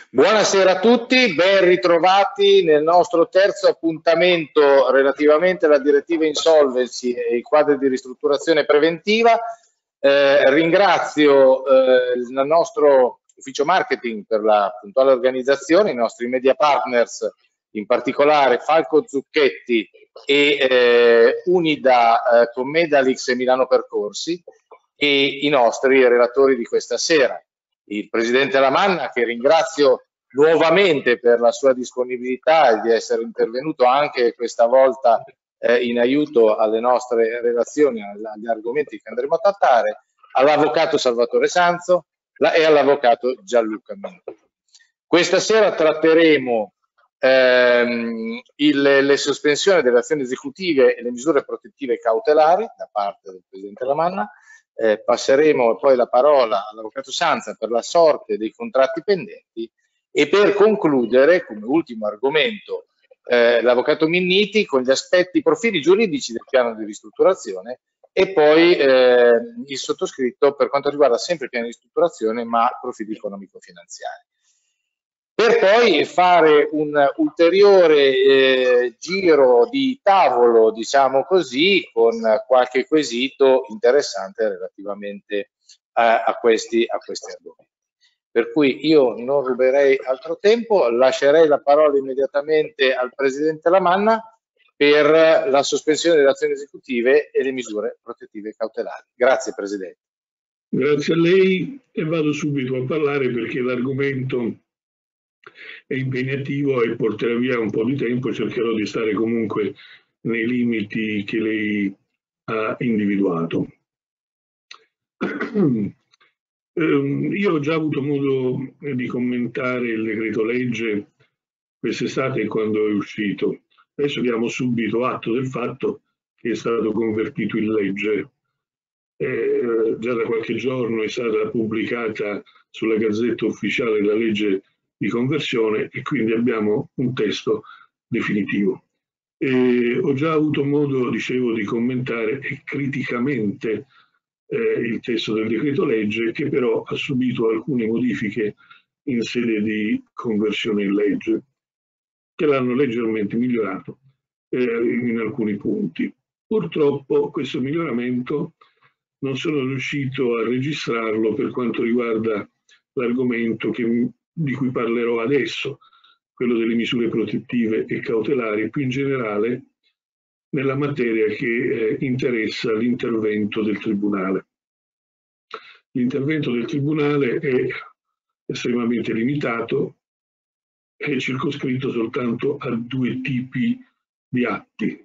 Buonasera a tutti, ben ritrovati nel nostro terzo appuntamento relativamente alla direttiva Insolvency e ai quadri di ristrutturazione preventiva. Ringrazio il nostro ufficio marketing per la puntuale organizzazione, i nostri media partners, in particolare Falco Zucchetti e Unida con Medalix e Milano Percorsi, e i nostri relatori di questa sera. Il Presidente Lamanna, che ringrazio nuovamente per la sua disponibilità e di essere intervenuto anche questa volta in aiuto alle nostre relazioni, agli argomenti che andremo a trattare, all'Avvocato Salvatore Sanzo e all'Avvocato Gianluca Minuto. Questa sera tratteremo le sospensioni delle azioni esecutive e le misure protettive cautelari da parte del Presidente Lamanna. Passeremo poi la parola all'Avvocato Sanza per la sorte dei contratti pendenti e per concludere, come ultimo argomento, l'Avvocato Minniti con gli aspetti, i profili giuridici del piano di ristrutturazione e poi il sottoscritto per quanto riguarda sempre il piano di ristrutturazione ma profili economico-finanziari. Per poi fare un ulteriore giro di tavolo, diciamo così, con qualche quesito interessante relativamente a questi argomenti. Per cui io non ruberei altro tempo, lascerei la parola immediatamente al Presidente Lamanna per la sospensione delle azioni esecutive e le misure protettive cautelari. Grazie Presidente. Grazie a lei e vado subito a parlare perché l'argomento è impegnativo e porterà via un po' di tempo. Cercherò di stare comunque nei limiti che lei ha individuato. Io ho già avuto modo di commentare il decreto legge quest'estate quando è uscito. Adesso diamo subito atto del fatto che è stato convertito in legge. Già da qualche giorno è stata pubblicata sulla Gazzetta Ufficiale la legge di conversione e quindi abbiamo un testo definitivo. Ho già avuto modo, dicevo, di commentare criticamente il testo del decreto legge, che però ha subito alcune modifiche in sede di conversione in legge, che l'hanno leggermente migliorato in alcuni punti. Purtroppo questo miglioramento non sono riuscito a registrarlo per quanto riguarda l'argomento di cui parlerò adesso, quello delle misure protettive e cautelari, più in generale nella materia che interessa l'intervento del Tribunale. L'intervento del Tribunale è estremamente limitato, è circoscritto soltanto a due tipi di atti,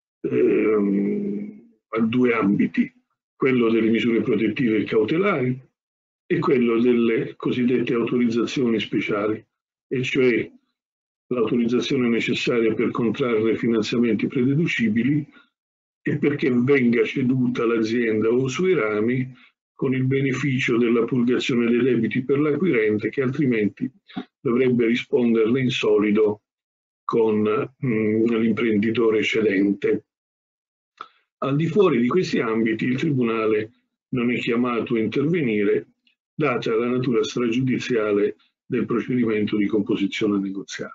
a due ambiti, quello delle misure protettive e cautelari e quello delle cosiddette autorizzazioni speciali, e cioè l'autorizzazione necessaria per contrarre finanziamenti prededucibili e perché venga ceduta l'azienda o sui rami con il beneficio della purgazione dei debiti per l'acquirente, che altrimenti dovrebbe risponderle in solido con l'imprenditore cedente. Al di fuori di questi ambiti il Tribunale non è chiamato a intervenire, data la natura stragiudiziale del procedimento di composizione negoziata.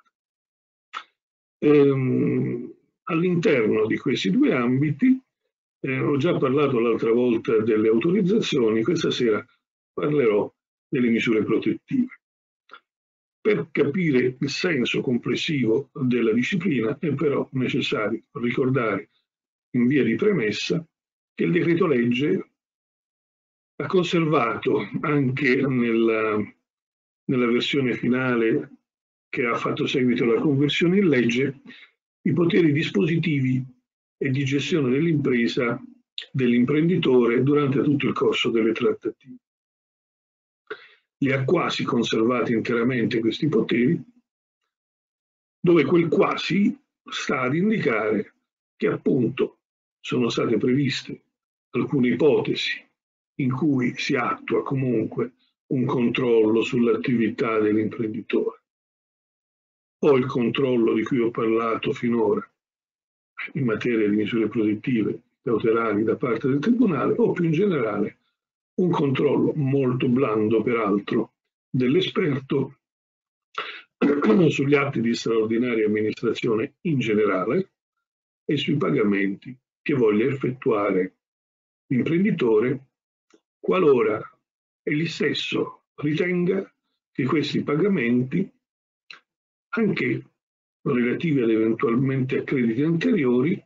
All'interno di questi due ambiti ho già parlato l'altra volta delle autorizzazioni, questa sera parlerò delle misure protettive. Per capire il senso complessivo della disciplina è però necessario ricordare in via di premessa che il decreto legge ha conservato anche nella versione finale che ha fatto seguito alla conversione in legge i poteri dispositivi e di gestione dell'impresa dell'imprenditore durante tutto il corso delle trattative. Li ha quasi conservati interamente questi poteri, dove quel quasi sta ad indicare che appunto sono state previste alcune ipotesi in cui si attua comunque un controllo sull'attività dell'imprenditore, o il controllo di cui ho parlato finora in materia di misure protettive cautelari da parte del Tribunale, o più in generale un controllo molto blando peraltro dell'esperto sugli atti di straordinaria amministrazione in generale e sui pagamenti che voglia effettuare l'imprenditore qualora egli stesso ritenga che questi pagamenti, anche relativi ad eventualmente a crediti anteriori,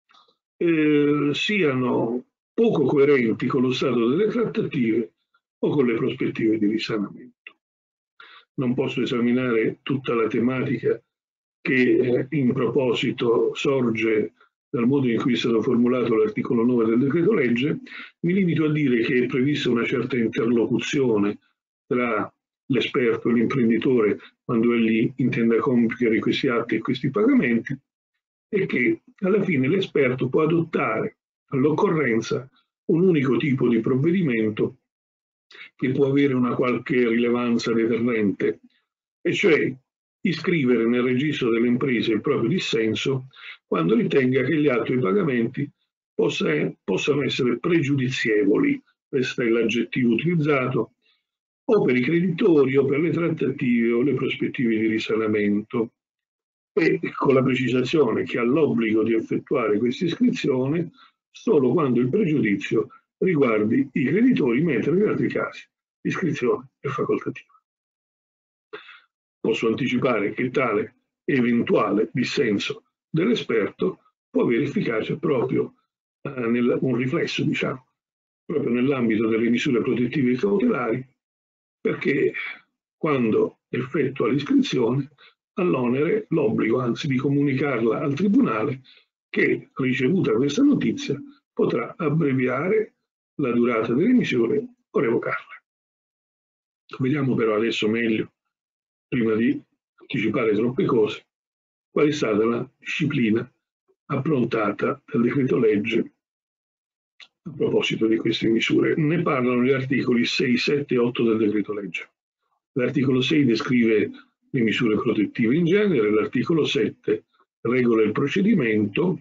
siano poco coerenti con lo stato delle trattative o con le prospettive di risanamento. Non posso esaminare tutta la tematica che in proposito sorge dal modo in cui è stato formulato l'articolo 9 del decreto legge. Mi limito a dire che è prevista una certa interlocuzione tra l'esperto e l'imprenditore quando egli intenda compiere questi atti e questi pagamenti, e che alla fine l'esperto può adottare all'occorrenza un unico tipo di provvedimento che può avere una qualche rilevanza deterrente, e cioè iscrivere nel registro delle imprese il proprio dissenso quando ritenga che gli atti o i pagamenti possano essere pregiudizievoli, questo è l'aggettivo utilizzato, o per i creditori o per le trattative o le prospettive di risanamento, e con la precisazione che ha l'obbligo di effettuare questa iscrizione solo quando il pregiudizio riguardi i creditori, mentre in altri casi l'iscrizione è facoltativa. Posso anticipare che tale eventuale dissenso dell'esperto può avere efficacia proprio un riflesso, diciamo, proprio nell'ambito delle misure protettive e cautelari, perché quando effettua l'iscrizione ha l'obbligo anzi di comunicarla al Tribunale che, ricevuta questa notizia, potrà abbreviare la durata delle misure o revocarle. Vediamo però adesso meglio, prima di anticipare troppe cose, qual è stata la disciplina approntata dal decreto legge a proposito di queste misure. Ne parlano gli articoli 6, 7 e 8 del decreto legge. L'articolo 6 descrive le misure protettive in genere, l'articolo 7 regola il procedimento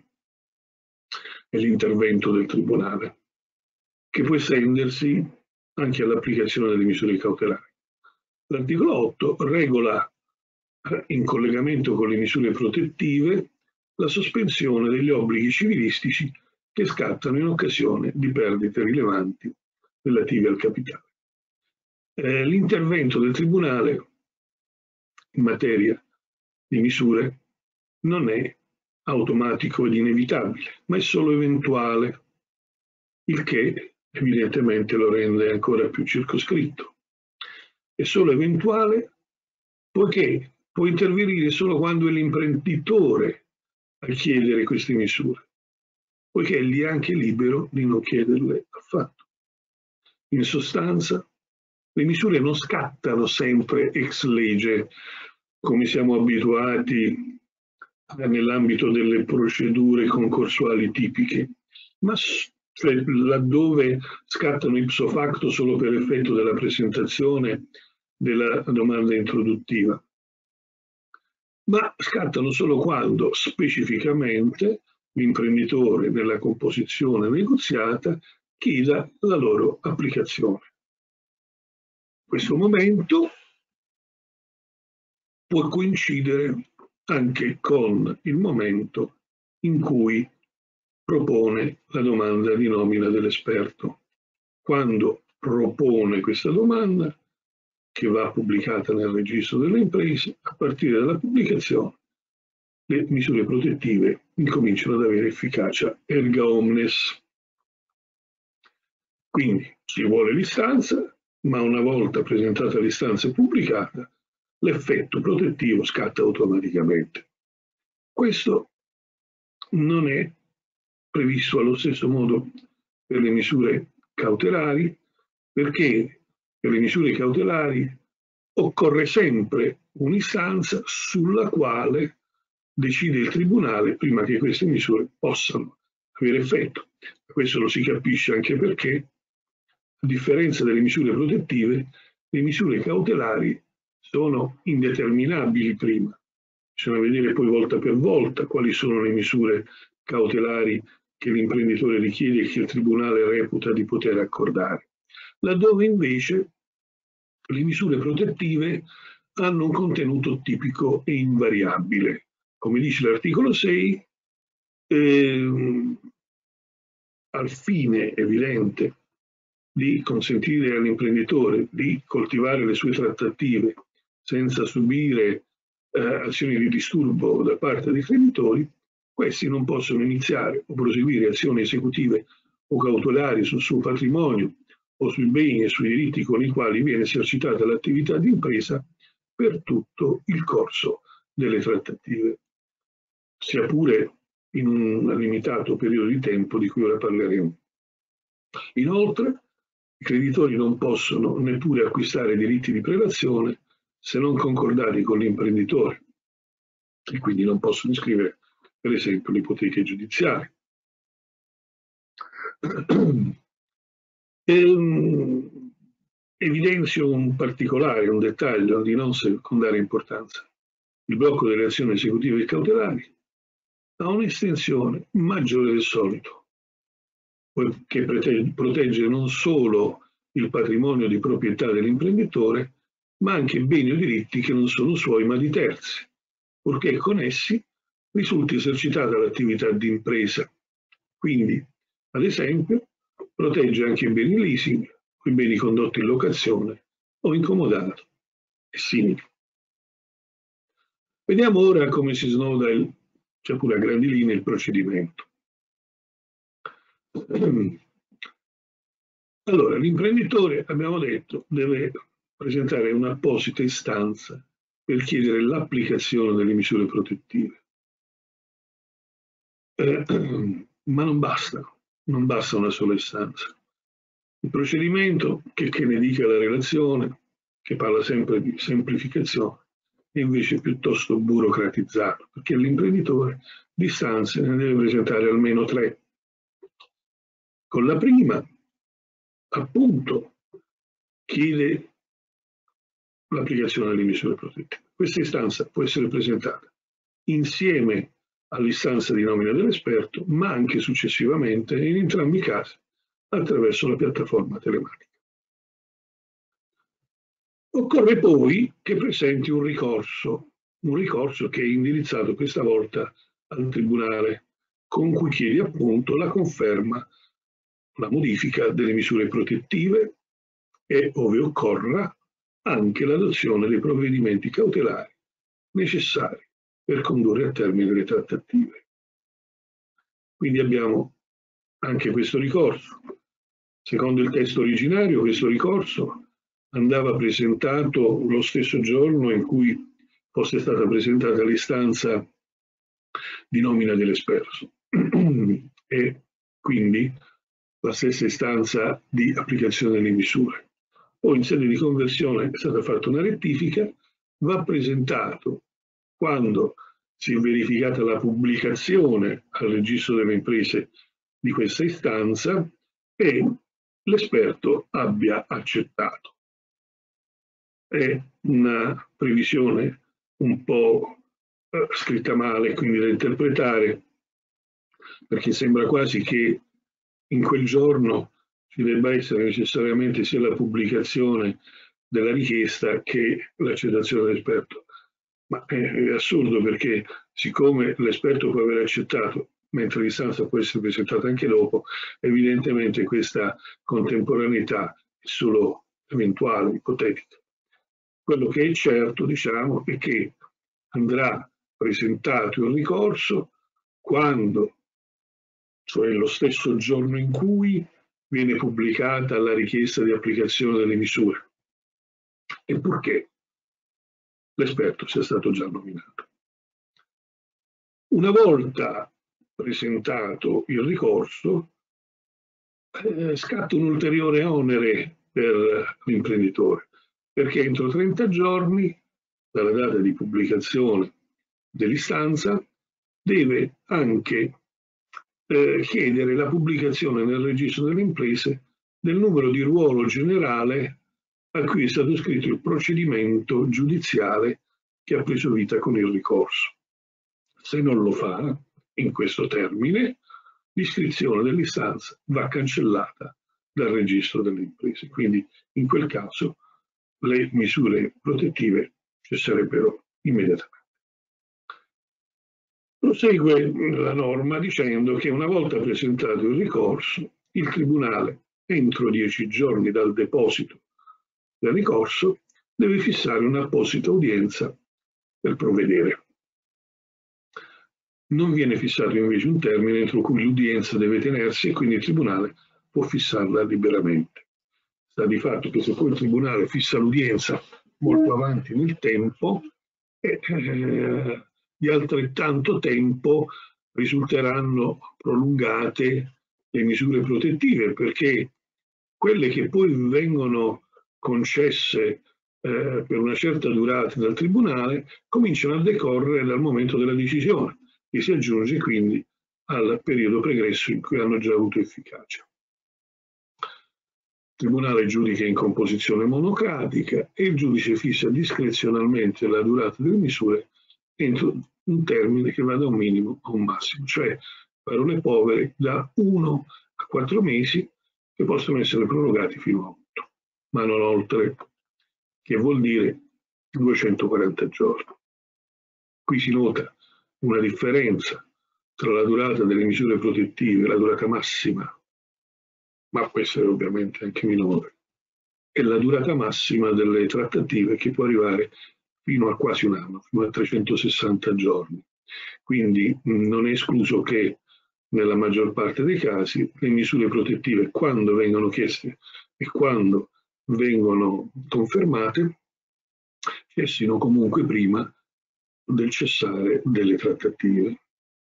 e l'intervento del Tribunale, che può estendersi anche all'applicazione delle misure cautelari. L'articolo 8 regola, in collegamento con le misure protettive, la sospensione degli obblighi civilistici che scattano in occasione di perdite rilevanti relative al capitale. L'intervento del Tribunale in materia di misure non è automatico ed inevitabile, ma è solo eventuale, il che evidentemente lo rende ancora più circoscritto. È solo eventuale poiché può intervenire solo quando è l'imprenditore a chiedere queste misure, poiché egli è anche libero di non chiederle affatto. In sostanza, le misure non scattano sempre ex lege, come siamo abituati nell'ambito delle procedure concorsuali tipiche, ma laddove scattano ipso facto solo per effetto della presentazione della domanda introduttiva, ma scattano solo quando specificamente l'imprenditore nella composizione negoziata chieda la loro applicazione. Questo momento può coincidere anche con il momento in cui propone la domanda di nomina dell'esperto. Quando propone questa domanda, che va pubblicata nel registro delle imprese, a partire dalla pubblicazione le misure protettive incominciano ad avere efficacia erga omnes. Quindi ci vuole l'istanza, ma una volta presentata l'istanza e pubblicata, l'effetto protettivo scatta automaticamente. Questo non è previsto allo stesso modo per le misure cautelari, perché per le misure cautelari occorre sempre un'istanza sulla quale decide il Tribunale prima che queste misure possano avere effetto. Questo lo si capisce anche perché, a differenza delle misure protettive, le misure cautelari sono indeterminabili prima. Bisogna vedere poi volta per volta quali sono le misure cautelari che l'imprenditore richiede e che il Tribunale reputa di poter accordare. Laddove invece le misure protettive hanno un contenuto tipico e invariabile. Come dice l'articolo 6, al fine evidente di consentire all'imprenditore di coltivare le sue trattative senza subire azioni di disturbo da parte dei creditori, questi non possono iniziare o proseguire azioni esecutive o cautelari sul suo patrimonio o sui beni e sui diritti con i quali viene esercitata l'attività di impresa per tutto il corso delle trattative, sia pure in un limitato periodo di tempo di cui ora parleremo. Inoltre, i creditori non possono neppure acquistare diritti di prelazione se non concordati con l'imprenditore e quindi non possono iscrivere, per esempio, le ipoteche giudiziarie. Evidenzio un particolare, un dettaglio di non secondaria importanza. Il blocco delle azioni esecutive e cautelari ha un'estensione maggiore del solito, che protegge non solo il patrimonio di proprietà dell'imprenditore, ma anche beni o diritti che non sono suoi ma di terzi, purché con essi risulti esercitata l'attività di impresa. Quindi, ad esempio, protegge anche i beni leasing, i beni condotti in locazione o incomodato e simili. Vediamo ora come si snoda, sia pure a grandi linee, il procedimento. Allora, l'imprenditore, abbiamo detto, deve presentare un'apposita istanza per chiedere l'applicazione delle misure protettive. Ma non basta una sola istanza. Il procedimento, che ne dica la relazione, che parla sempre di semplificazione, è invece piuttosto burocratizzato, perché l'imprenditore di istanze ne deve presentare almeno 3. Con la prima, appunto, chiede l'applicazione delle misure protettive. Questa istanza può essere presentata insieme all'istanza di nomina dell'esperto, ma anche successivamente, in entrambi i casi, attraverso la piattaforma telematica. Occorre poi che presenti un ricorso che è indirizzato questa volta al Tribunale, con cui chiede appunto la conferma, la modifica delle misure protettive e, ove occorra, anche l'adozione dei provvedimenti cautelari necessari per condurre a termine le trattative. Quindi abbiamo anche questo ricorso. Secondo il testo originario, questo ricorso andava presentato lo stesso giorno in cui fosse stata presentata l'istanza di nomina dell'esperto e quindi la stessa istanza di applicazione delle misure. Poi in sede di conversione è stata fatta una rettifica, va presentato quando si è verificata la pubblicazione al registro delle imprese di questa istanza e l'esperto abbia accettato. È una previsione un po' scritta male, quindi da interpretare, perché sembra quasi che in quel giorno ci debba essere necessariamente sia la pubblicazione della richiesta che l'accettazione dell'esperto. Ma è assurdo, perché siccome l'esperto può aver accettato, mentre l'istanza può essere presentata anche dopo, evidentemente questa contemporaneità è solo eventuale, ipotetica. Quello che è certo, diciamo, è che andrà presentato il ricorso quando, cioè lo stesso giorno in cui viene pubblicata la richiesta di applicazione delle misure, e purché l'esperto sia stato già nominato. Una volta presentato il ricorso, scatta un ulteriore onere per l'imprenditore, perché entro 30 giorni dalla data di pubblicazione dell'istanza deve anche chiedere la pubblicazione nel registro delle imprese del numero di ruolo generale a cui è stato scritto il procedimento giudiziale che ha preso vita con il ricorso. Se non lo fa, in questo termine, l'iscrizione dell'istanza va cancellata dal registro delle imprese. Quindi, in quel caso, le misure protettive cesserebbero immediatamente. Prosegue la norma dicendo che una volta presentato il ricorso, il Tribunale, entro 10 giorni dal deposito del ricorso, deve fissare un'apposita udienza per provvedere. Non viene fissato invece un termine entro cui l'udienza deve tenersi e quindi il Tribunale può fissarla liberamente. Sta di fatto che se poi il Tribunale fissa l'udienza molto avanti nel tempo, di altrettanto tempo risulteranno prolungate le misure protettive, perché quelle che poi vengono concesse per una certa durata dal Tribunale cominciano a decorrere dal momento della decisione, che si aggiunge quindi al periodo pregresso in cui hanno già avuto efficacia. Il Tribunale giudica in composizione monocratica e il giudice fissa discrezionalmente la durata delle misure entro un termine che va da un minimo a un massimo, cioè, parole povere, da 1 a 4 mesi che possono essere prorogati fino a 8, ma non oltre, che vuol dire 240 giorni. Qui si nota una differenza tra la durata delle misure protettive, la durata massima, ma può essere ovviamente anche minore, e la durata massima delle trattative, che può arrivare fino a quasi un anno, fino a 360 giorni. Quindi non è escluso che nella maggior parte dei casi le misure protettive, quando vengono chieste e quando vengono confermate, cessino comunque prima del cessare delle trattative.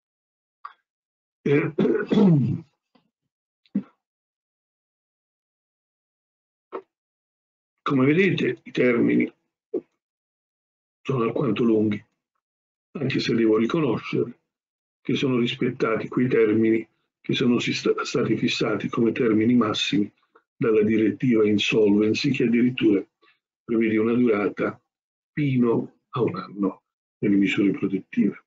Come vedete, i termini sono alquanto lunghi, anche se devo riconoscere che sono rispettati quei termini che sono stati fissati come termini massimi dalla direttiva Insolvency, che addirittura prevede una durata fino a un anno nelle misure protettive.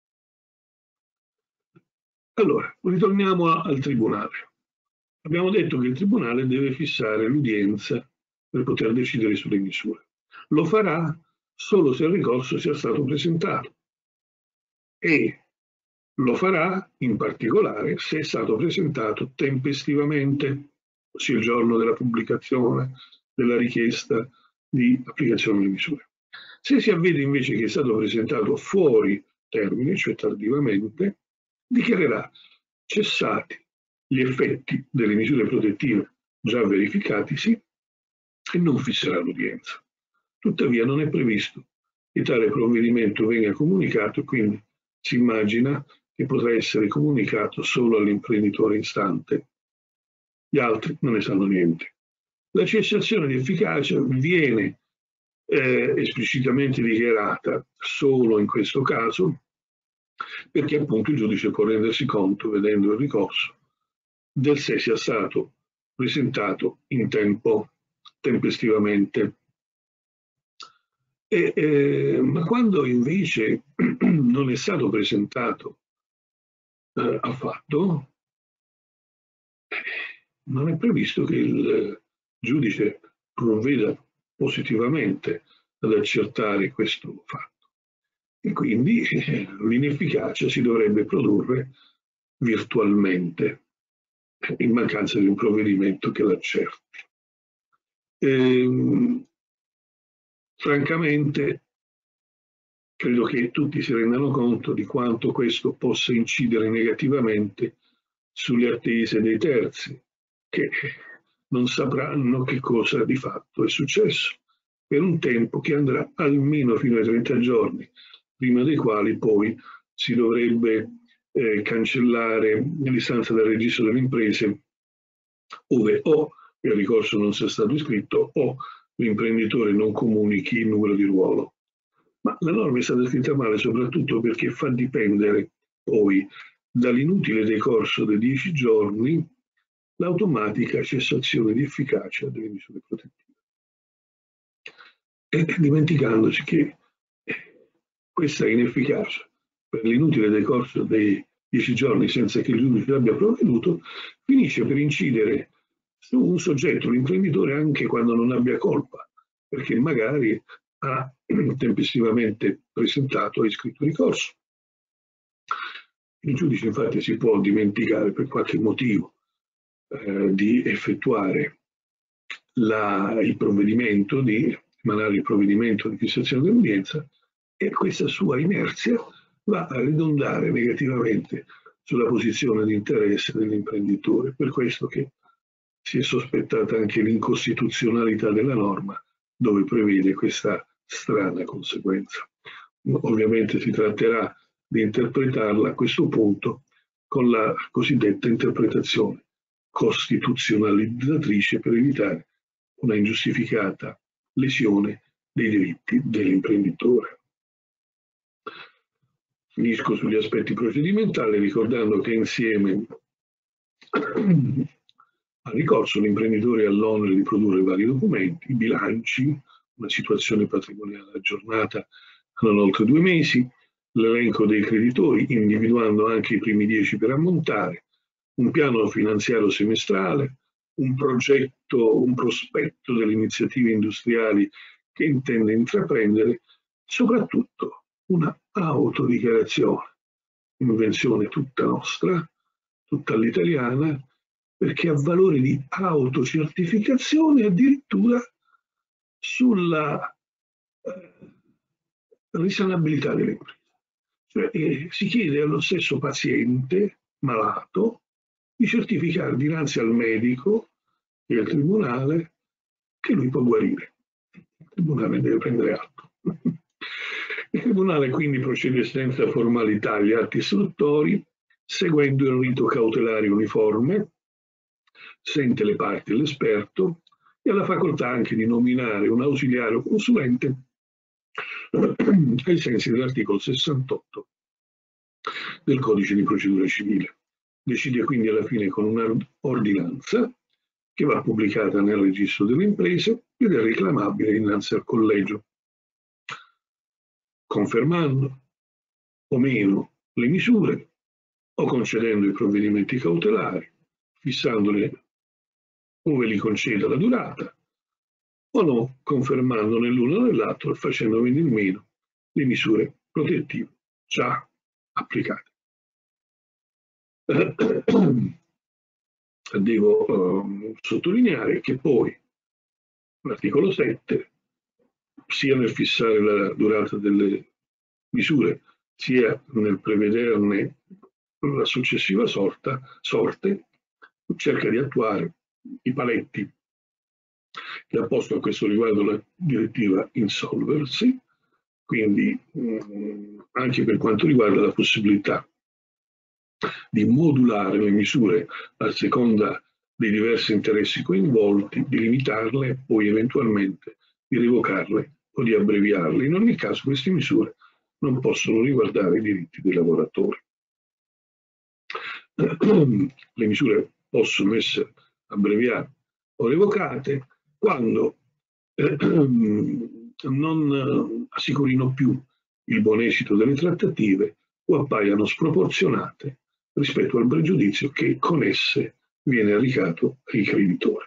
Allora, ritorniamo al Tribunale. Abbiamo detto che il Tribunale deve fissare l'udienza per poter decidere sulle misure. Lo farà solo se il ricorso sia stato presentato e lo farà in particolare se è stato presentato tempestivamente, ossia il giorno della pubblicazione della richiesta di applicazione delle misure. Se si avvede invece che è stato presentato fuori termine, cioè tardivamente, dichiarerà cessati gli effetti delle misure protettive già verificatisi e non fisserà l'udienza. Tuttavia non è previsto che tale provvedimento venga comunicato e quindi si immagina che potrà essere comunicato solo all'imprenditore in stante. Gli altri non ne sanno niente. La cessazione di efficacia viene esplicitamente dichiarata solo in questo caso, perché appunto il giudice può rendersi conto, vedendo il ricorso, del se sia stato presentato in tempo, tempestivamente. Ma quando invece non è stato presentato affatto, non è previsto che il giudice provveda positivamente ad accertare questo fatto. E quindi l'inefficacia si dovrebbe produrre virtualmente, in mancanza di un provvedimento che l'accerti. Francamente, credo che tutti si rendano conto di quanto questo possa incidere negativamente sulle attese dei terzi, che non sapranno che cosa di fatto è successo, per un tempo che andrà almeno fino ai 30 giorni, prima dei quali poi si dovrebbe cancellare l'istanza dal registro delle imprese, ove o il ricorso non sia stato iscritto o l'imprenditore non comunichi il numero di ruolo. Ma la norma è stata scritta male soprattutto perché fa dipendere poi dall'inutile decorso dei 10 giorni l'automatica cessazione di efficacia delle misure protettive. E dimenticandosi che questa inefficacia per l'inutile decorso dei 10 giorni senza che il giudice abbia provveduto finisce per incidere su un soggetto, l'imprenditore, anche quando non abbia colpa, perché magari ha tempestivamente presentato e iscritto ricorso. Il giudice infatti si può dimenticare per qualche motivo di effettuare il provvedimento, di emanare il provvedimento di fissazione dell'udienza, e questa sua inerzia va a ridondare negativamente sulla posizione di interesse dell'imprenditore. Per questo che si è sospettata anche l'incostituzionalità della norma dove prevede questa strana conseguenza. Ovviamente si tratterà di interpretarla a questo punto con la cosiddetta interpretazione costituzionalizzatrice per evitare una ingiustificata lesione dei diritti dell'imprenditore. Finisco sugli aspetti procedimentali ricordando che insieme al ricorso l'imprenditore ha l'onere di produrre vari documenti, i bilanci, una situazione patrimoniale aggiornata non oltre 2 mesi, l'elenco dei creditori, individuando anche i primi 10 per ammontare, un piano finanziario semestrale, un progetto, un prospetto delle iniziative industriali che intende intraprendere, soprattutto una autodichiarazione, invenzione tutta nostra, tutta all'italiana, perché ha valore di autocertificazione addirittura sulla risanabilità dell'impresa. Cioè, si chiede allo stesso paziente malato di certificare dinanzi al medico e al tribunale che lui può guarire. Il tribunale deve prendere atto. Il tribunale quindi procede senza formalità agli atti istruttori, seguendo il rito cautelare uniforme, sente le parti e l'esperto e ha la facoltà anche di nominare un ausiliario consulente ai sensi dell'articolo 68 del Codice di procedura civile. Decide quindi alla fine con un'ordinanza che va pubblicata nel registro delle imprese ed è reclamabile innanzi al collegio, confermando o meno le misure o concedendo i provvedimenti cautelari, fissandole ove li conceda la durata, o no, confermando nell'uno o nell'altro e facendo venire meno le misure protettive già applicate. Devo sottolineare che poi l'articolo 7, sia nel fissare la durata delle misure, sia nel prevederne la successiva sorte, cerca di attuare i paletti che ha posto a questo riguardo la direttiva Insolvency, quindi anche per quanto riguarda la possibilità di modulare le misure a seconda dei diversi interessi coinvolti, di limitarle, poi eventualmente di revocarle o di abbreviarle. In ogni caso queste misure non possono riguardare i diritti dei lavoratori. Le misure possono essere abbreviate o revocate quando non assicurino più il buon esito delle trattative o appaiano sproporzionate rispetto al pregiudizio che con esse viene arrecato ai creditori.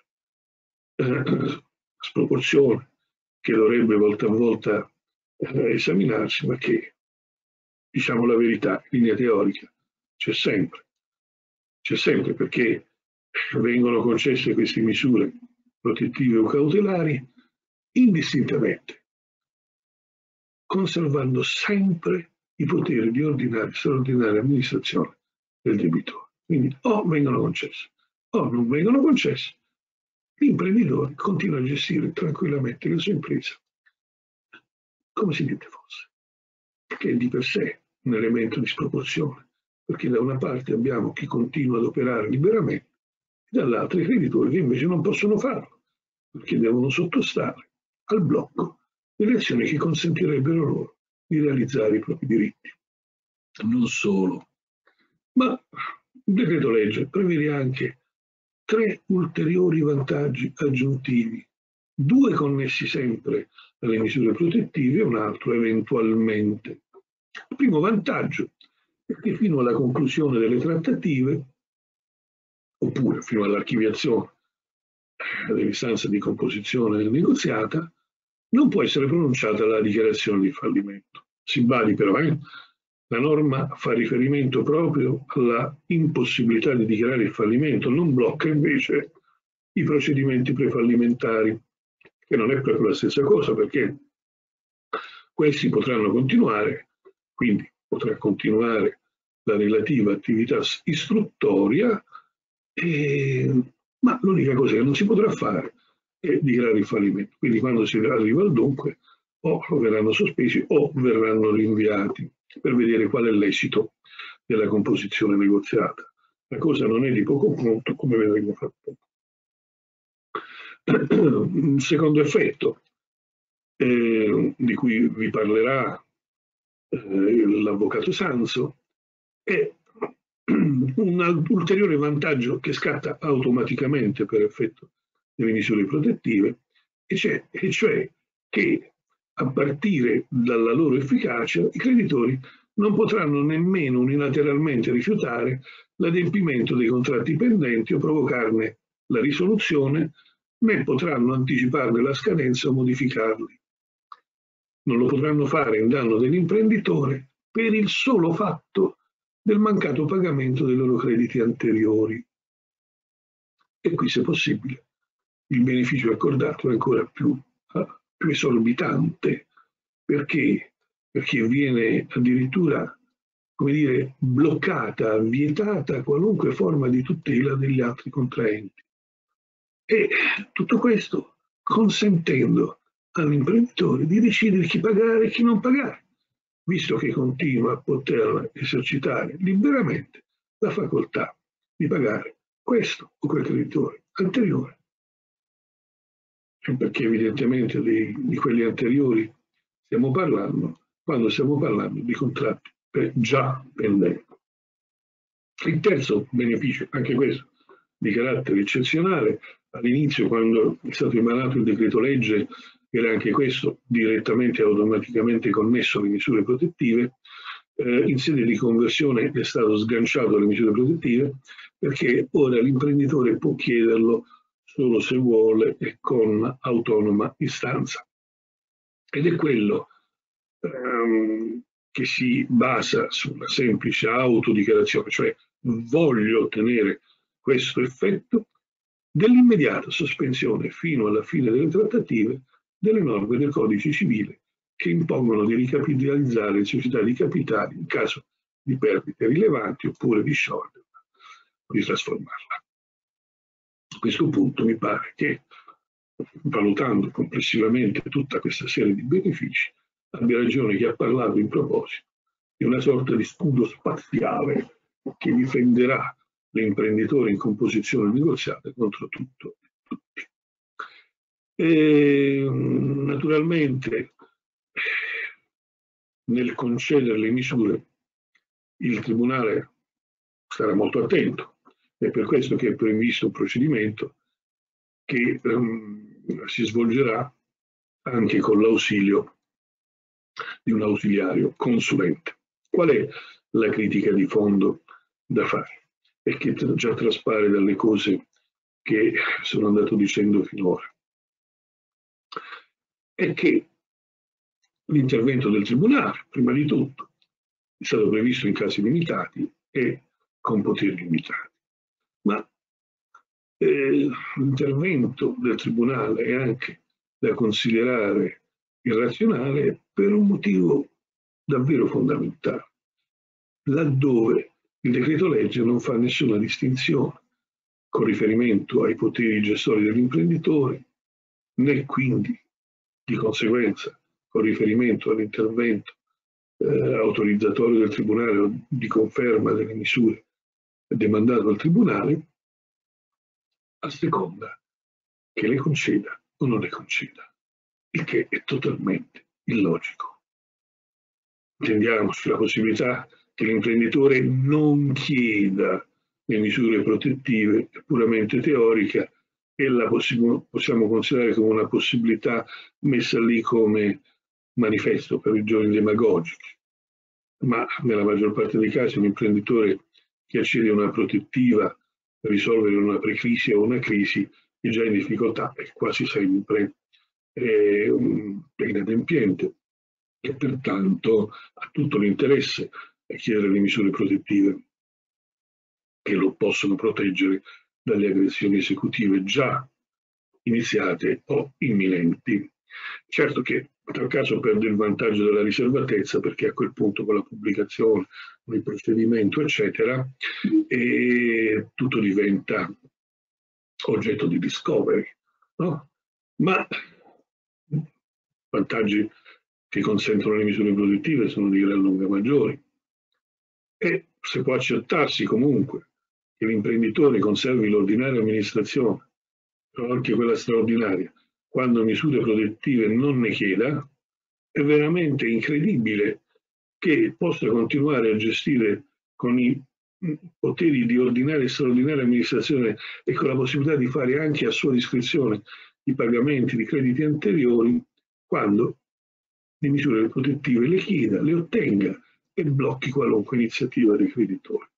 Sproporzione che dovrebbe volta a volta esaminarsi, ma che, diciamo la verità, in linea teorica c'è sempre perché vengono concesse queste misure protettive o cautelari indistintamente, conservando sempre i poteri di ordinaria e straordinaria amministrazione del debitore. Quindi o vengono concesse o non vengono concesse, l'imprenditore continua a gestire tranquillamente la sua impresa come se niente fosse, che è di per sé un elemento di sproporzione, perché da una parte abbiamo chi continua ad operare liberamente e dall'altra i creditori che invece non possono farlo, perché devono sottostare al blocco delle azioni che consentirebbero loro di realizzare i propri diritti. Non solo, ma il decreto legge prevede anche 3 ulteriori vantaggi aggiuntivi, 2 connessi sempre alle misure protettive e un altro eventualmente. Il primo vantaggio è che fino alla conclusione delle trattative, oppure fino all'archiviazione dell'istanza di composizione negoziata, non può essere pronunciata la dichiarazione di fallimento. Si badi però, la norma fa riferimento proprio alla impossibilità di dichiarare il fallimento, non blocca invece i procedimenti prefallimentari, che non è proprio la stessa cosa, perché questi potranno continuare, quindi potrà continuare la relativa attività istruttoria, ma l'unica cosa che non si potrà fare è dichiarare il fallimento. Quindi quando si arriva al dunque, o verranno sospesi o verranno rinviati per vedere qual è l'esito della composizione negoziata. La cosa non è di poco conto, come vedremo fra poco. Un secondo effetto di cui vi parlerà l'avvocato Sanso è un ulteriore vantaggio che scatta automaticamente per effetto delle misure protettive, e cioè che a partire dalla loro efficacia i creditori non potranno nemmeno unilateralmente rifiutare l'adempimento dei contratti pendenti o provocarne la risoluzione, né potranno anticiparne la scadenza o modificarli. Non lo potranno fare in danno dell'imprenditore per il solo fatto del mancato pagamento dei loro crediti anteriori. E qui, se possibile, il beneficio accordato è ancora più esorbitante, perché viene addirittura, come dire, bloccata, vietata qualunque forma di tutela degli altri contraenti. E tutto questo consentendo all'imprenditore di decidere chi pagare e chi non pagare, visto che continua a poter esercitare liberamente la facoltà di pagare questo o quel creditore anteriore. Perché evidentemente di quelli anteriori stiamo parlando quando stiamo parlando di contratti già pendenti. Il terzo beneficio, anche questo di carattere eccezionale, all'inizio quando è stato emanato il decreto legge era anche questo direttamente e automaticamente connesso alle misure protettive, in sede di conversione è stato sganciato dalle misure protettive, perché ora l'imprenditore può chiederlo solo se vuole e con autonoma istanza. Ed è quello che si basa sulla semplice autodichiarazione, cioè voglio ottenere questo effetto, dell'immediata sospensione fino alla fine delle trattative delle norme del codice civile che impongono di ricapitalizzare le società di capitali in caso di perdite rilevanti oppure di scioglierla o di trasformarla. A questo punto mi pare che, valutando complessivamente tutta questa serie di benefici, abbia ragione chi ha parlato in proposito di una sorta di scudo spaziale che difenderà l'imprenditore in composizione negoziata contro tutto e tutti. E, naturalmente, nel concedere le misure, il Tribunale starà molto attento. È per questo che è previsto un procedimento che si svolgerà anche con l'ausilio di un ausiliario consulente. Qual è la critica di fondo da fare? E che già traspare dalle cose che sono andato dicendo finora. È che l'intervento del Tribunale, prima di tutto, è stato previsto in casi limitati e con poteri limitati. Ma l'intervento del Tribunale è anche da considerare irrazionale per un motivo davvero fondamentale, laddove il decreto legge non fa nessuna distinzione con riferimento ai poteri gestori dell'imprenditore, né quindi di conseguenza con riferimento all'intervento autorizzatorio del Tribunale o di conferma delle misure demandato al Tribunale, a seconda che le conceda o non le conceda, il che è totalmente illogico. Intendiamoci, la possibilità che l'imprenditore non chieda le misure protettive è puramente teorica e la possiamo considerare come una possibilità messa lì come manifesto per ragioni demagogiche. Ma nella maggior parte dei casi un imprenditore che accede a una protettiva per risolvere una precrisi o una crisi è già in difficoltà e quasi sempre è inadempiente e pertanto ha tutto l'interesse a chiedere le misure protettive che lo possono proteggere dalle aggressioni esecutive già iniziate o imminenti. Certo che in tal caso perde il vantaggio della riservatezza, perché a quel punto con la pubblicazione, con il procedimento, eccetera, e tutto diventa oggetto di discovery, no? Ma vantaggi che consentono le misure protettive sono di gran lunga maggiori. E se può accettarsi comunque che l'imprenditore conservi l'ordinaria amministrazione, però anche quella straordinaria, quando misure protettive non ne chieda, è veramente incredibile che possa continuare a gestire con i poteri di ordinaria e straordinaria amministrazione e con la possibilità di fare anche a sua discrezione i pagamenti di crediti anteriori, quando le misure protettive le chieda, le ottenga e blocchi qualunque iniziativa dei creditori.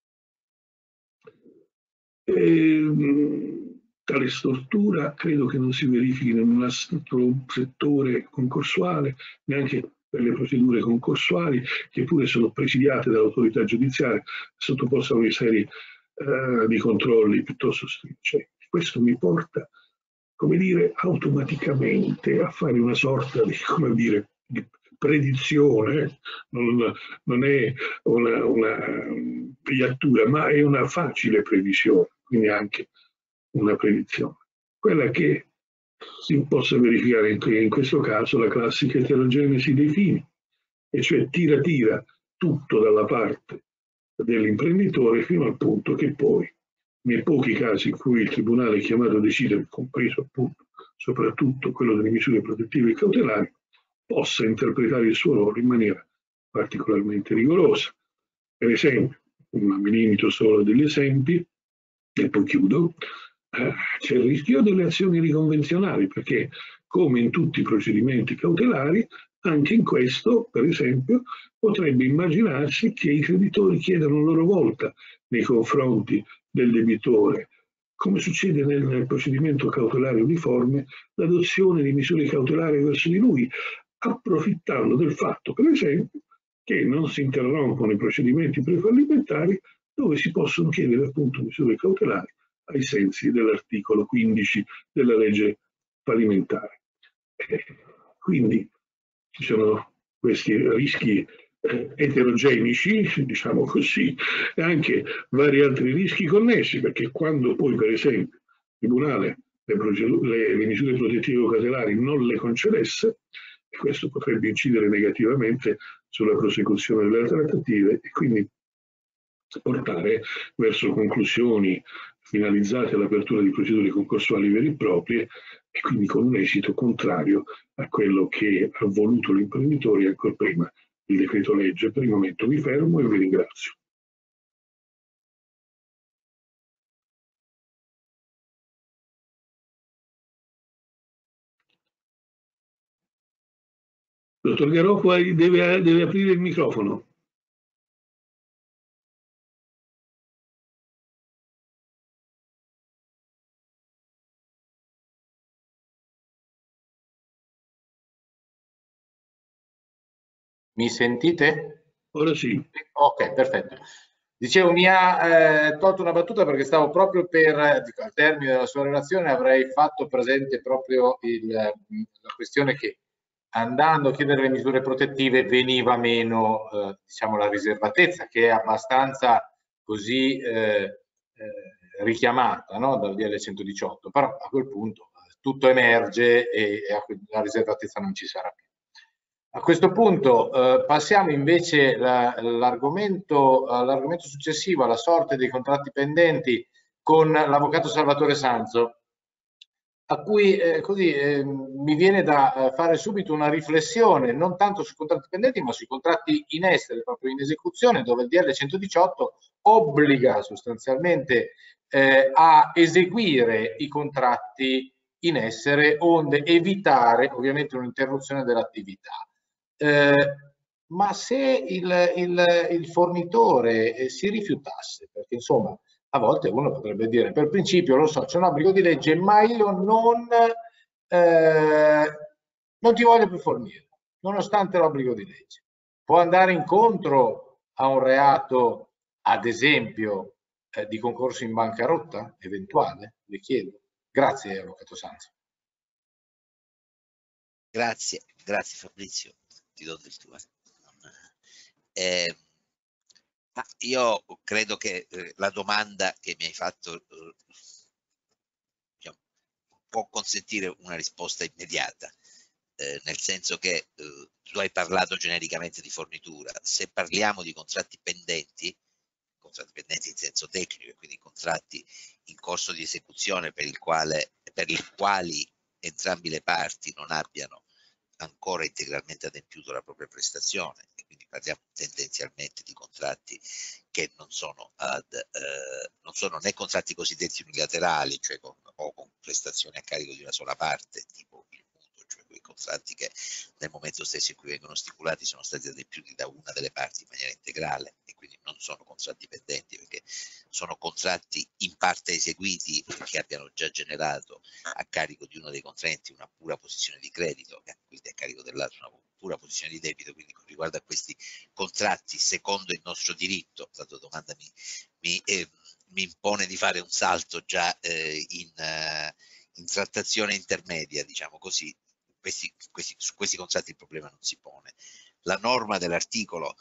Tale stortura credo che non si verifichi in un altro settore concorsuale, neanche per le procedure concorsuali, che pure sono presidiate dall'autorità giudiziaria, sottoposte a una serie di controlli piuttosto stringenti. Questo mi porta, come dire, automaticamente a fare una sorta di, come dire, di predizione, non è una pigliatura, ma è una facile previsione, quindi anche una predizione. Quella che si possa verificare in questo caso la classica eterogenesi dei fini, e cioè tira tutto dalla parte dell'imprenditore fino al punto che poi, nei pochi casi in cui il tribunale è chiamato a decidere, compreso appunto soprattutto quello delle misure protettive e cautelari, possa interpretare il suo ruolo in maniera particolarmente rigorosa. Per esempio, ma mi limito solo degli esempi e poi chiudo, c'è il rischio delle azioni riconvenzionali, perché come in tutti i procedimenti cautelari, anche in questo, per esempio, potrebbe immaginarsi che i creditori chiedano a loro volta nei confronti del debitore, come succede nel procedimento cautelare uniforme, l'adozione di misure cautelari verso di lui, approfittando del fatto, per esempio, che non si interrompono i procedimenti prefallimentari dove si possono chiedere appunto misure cautelari ai sensi dell'articolo 15 della legge fallimentare. Quindi ci sono questi rischi eterogeneici, diciamo così, e anche vari altri rischi connessi, perché quando poi, per esempio, il Tribunale le misure protettive o cautelari non le concedesse, questo potrebbe incidere negativamente sulla prosecuzione delle trattative e quindi portare verso conclusioni finalizzate all'apertura di procedure concorsuali vere e proprie e quindi con un esito contrario a quello che ha voluto l'imprenditore ancora prima il decreto legge. Per il momento mi fermo e vi ringrazio. Dottor Garofalo deve aprire il microfono. Mi sentite? Ora sì. Ok, perfetto. Dicevo, mi ha tolto una battuta perché stavo proprio al termine della sua relazione avrei fatto presente proprio la questione che andando a chiedere le misure protettive veniva meno diciamo la riservatezza, che è abbastanza così richiamata, no? Dal DL 118, però a quel punto tutto emerge e la riservatezza non ci sarà più. A questo punto passiamo invece all'argomento successivo, alla sorte dei contratti con l'avvocato Salvatore Sanzo, a cui mi viene da fare subito una riflessione non tanto sui contratti pendenti ma sui contratti in essere, proprio in esecuzione, dove il DL 118 obbliga sostanzialmente a eseguire i contratti in essere onde evitare ovviamente un'interruzione dell'attività. Ma se il fornitore si rifiutasse, perché insomma a volte uno potrebbe dire per principio lo so, c'è un obbligo di legge, ma io non non ti voglio più fornire, nonostante l'obbligo di legge. Può andare incontro a un reato, ad esempio, di concorso in bancarotta eventuale? Le chiedo. Grazie, Avvocato Sanzi. Grazie Fabrizio, ti do del tuo. Io credo che la domanda che mi hai fatto diciamo, può consentire una risposta immediata, nel senso che tu hai parlato genericamente di fornitura. Se parliamo di contratti pendenti in senso tecnico, quindi contratti in corso di esecuzione per i quali entrambe le parti non abbiano ancora integralmente adempiuto la propria prestazione, e quindi parliamo tendenzialmente di contratti che non sono né contratti cosiddetti unilaterali, cioè con prestazioni a carico di una sola parte, tipo il mutuo, cioè quei contratti che nel momento stesso in cui vengono stipulati sono stati adempiuti da una delle parti in maniera integrale, e quindi non sono contratti pendenti, perché sono contratti in parte eseguiti che abbiano già generato a carico di uno dei contraenti una pura posizione di credito, e quindi a carico dell'altro una pura posizione di debito. Quindi con riguardo a questi contratti, secondo il nostro diritto, la tua domanda mi impone di fare un salto già in trattazione intermedia, diciamo così. Su questi contratti il problema non si pone. La norma dell'articolo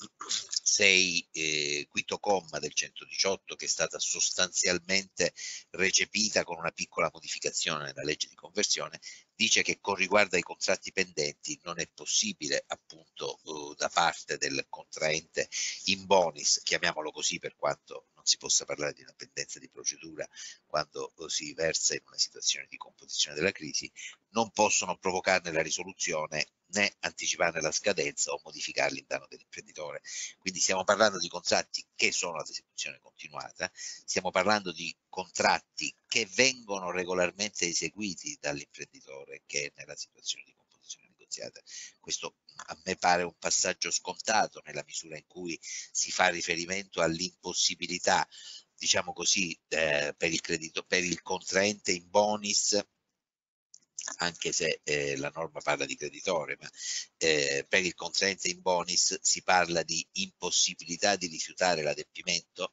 6 quinto comma del 118, che è stata sostanzialmente recepita con una piccola modificazione nella legge di conversione, dice che con riguardo ai contratti pendenti non è possibile, appunto, da parte del contraente in bonis, chiamiamolo così per quanto non si possa parlare di una pendenza di procedura quando si versa in una situazione di composizione della crisi, non possono provocarne la risoluzione né anticiparne la scadenza o modificarli in danno dell'imprenditore. Quindi stiamo parlando di contratti che sono ad esecuzione continuata, stiamo parlando di contratti che vengono regolarmente eseguiti dall'imprenditore che è nella situazione di composizione negoziata. Questo a me pare un passaggio scontato, nella misura in cui si fa riferimento all'impossibilità, diciamo così, per il contraente in bonis, anche se la norma parla di creditore, ma per il contraente in bonis si parla di impossibilità di rifiutare l'adempimento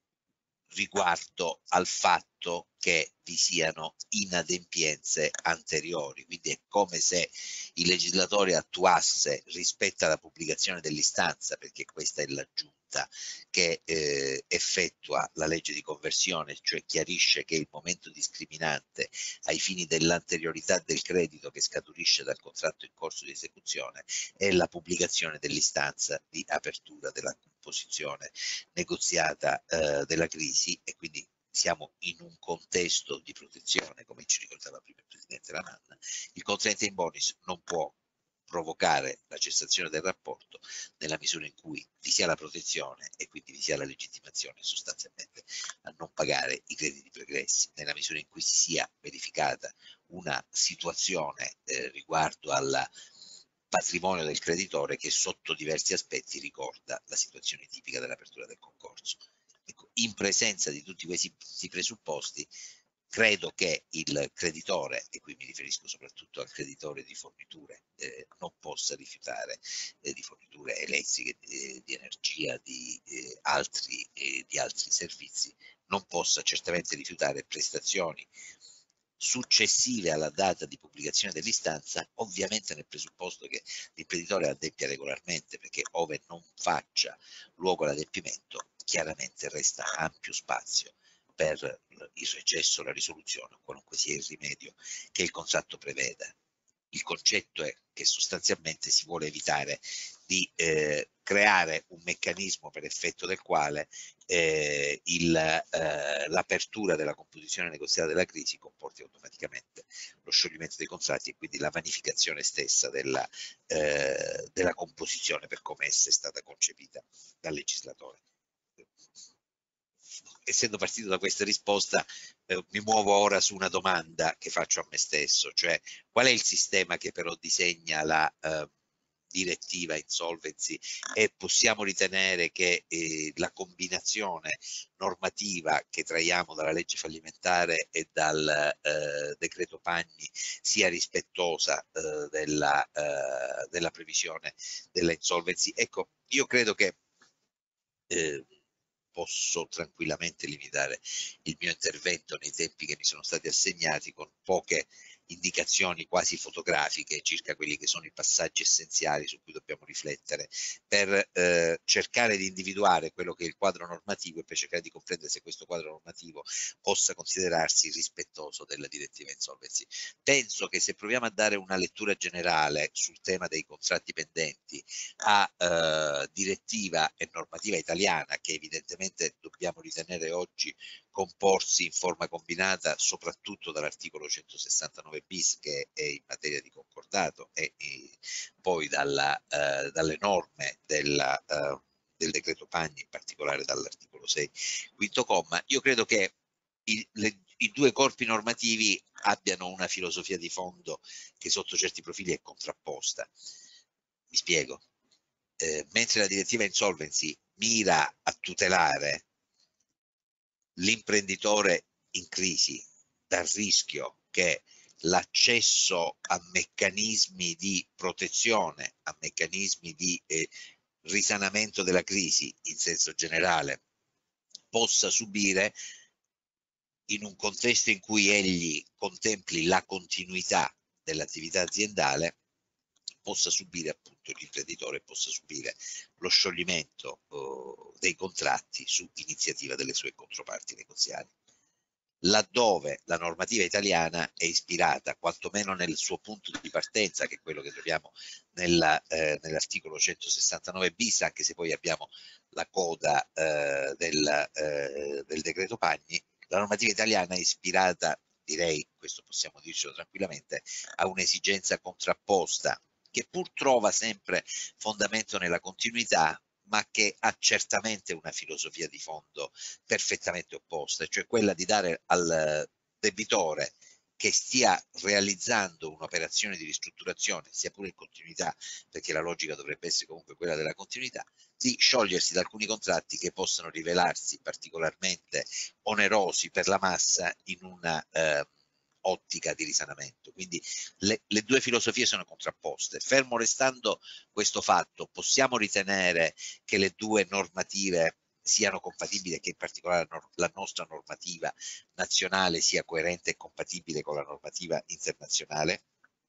riguardo al fatto che vi siano inadempienze anteriori. Quindi è come se il legislatore attuasse rispetto alla pubblicazione dell'istanza, perché questa è l'aggiunta che effettua la legge di conversione, cioè chiarisce che il momento discriminante ai fini dell'anteriorità del credito che scaturisce dal contratto in corso di esecuzione è la pubblicazione dell'istanza di apertura della composizione negoziata della crisi, e quindi siamo in un contesto di protezione, come ci ricordava prima il Presidente Lamanna. Il contraente in bonis non può provocare la cessazione del rapporto nella misura in cui vi sia la protezione e quindi vi sia la legittimazione sostanzialmente a non pagare i crediti pregressi, nella misura in cui si sia verificata una situazione riguardo al patrimonio del creditore che sotto diversi aspetti ricorda la situazione tipica dell'apertura del concorso. Ecco, in presenza di tutti questi presupposti, credo che il creditore, e qui mi riferisco soprattutto al creditore di forniture, non possa rifiutare di forniture elettriche, di energia, di altri servizi, non possa certamente rifiutare prestazioni successive alla data di pubblicazione dell'istanza, ovviamente nel presupposto che l'imprenditore adempia regolarmente, perché ove non faccia luogo all'adempimento chiaramente resta ampio spazio per il recesso, la risoluzione, qualunque sia il rimedio che il contratto preveda. Il concetto è che sostanzialmente si vuole evitare di creare un meccanismo per effetto del quale l'apertura della composizione negoziata della crisi comporti automaticamente lo scioglimento dei contratti e quindi la vanificazione stessa della composizione per come essa è stata concepita dal legislatore. Essendo partito da questa risposta, mi muovo ora su una domanda che faccio a me stesso, cioè qual è il sistema che però disegna direttiva insolvency, e possiamo ritenere che la combinazione normativa che traiamo dalla legge fallimentare e dal decreto Pagni sia rispettosa della previsione della insolvency. Ecco, io credo che posso tranquillamente limitare il mio intervento nei tempi che mi sono stati assegnati, con poche indicazioni quasi fotografiche circa quelli che sono i passaggi essenziali su cui dobbiamo riflettere per cercare di individuare quello che è il quadro normativo e per cercare di comprendere se questo quadro normativo possa considerarsi rispettoso della direttiva insolvency. Penso che se proviamo a dare una lettura generale sul tema dei contratti pendenti a direttiva e normativa italiana, che evidentemente dobbiamo ritenere oggi comporsi in forma combinata soprattutto dall'articolo 169 bis, che è in materia di concordato, e poi dalle norme del decreto Pagni, in particolare dall'articolo 6 quinto comma. Io credo che i due corpi normativi abbiano una filosofia di fondo che sotto certi profili è contrapposta. Mi spiego. Mentre la direttiva insolvency mira a tutelare l'imprenditore in crisi dal rischio che l'accesso a meccanismi di protezione, a meccanismi di risanamento della crisi in senso generale, possa subire, in un contesto in cui egli contempli la continuità dell'attività aziendale, possa subire, appunto, l'imprenditore possa subire lo scioglimento dei contratti su iniziativa delle sue controparti negoziali. Laddove la normativa italiana è ispirata, quantomeno nel suo punto di partenza, che è quello che troviamo nell'articolo 169 bis, anche se poi abbiamo la coda del decreto Pagni, la normativa italiana è ispirata, direi, questo possiamo dircelo tranquillamente, a un'esigenza contrapposta, che pur trova sempre fondamento nella continuità, ma che ha certamente una filosofia di fondo perfettamente opposta, cioè quella di dare al debitore che stia realizzando un'operazione di ristrutturazione, sia pure in continuità, perché la logica dovrebbe essere comunque quella della continuità, di sciogliersi da alcuni contratti che possono rivelarsi particolarmente onerosi per la massa in una ottica di risanamento. Quindi le due filosofie sono contrapposte. Fermo restando questo fatto, possiamo ritenere che le due normative siano compatibili e che in particolare la nostra normativa nazionale sia coerente e compatibile con la normativa internazionale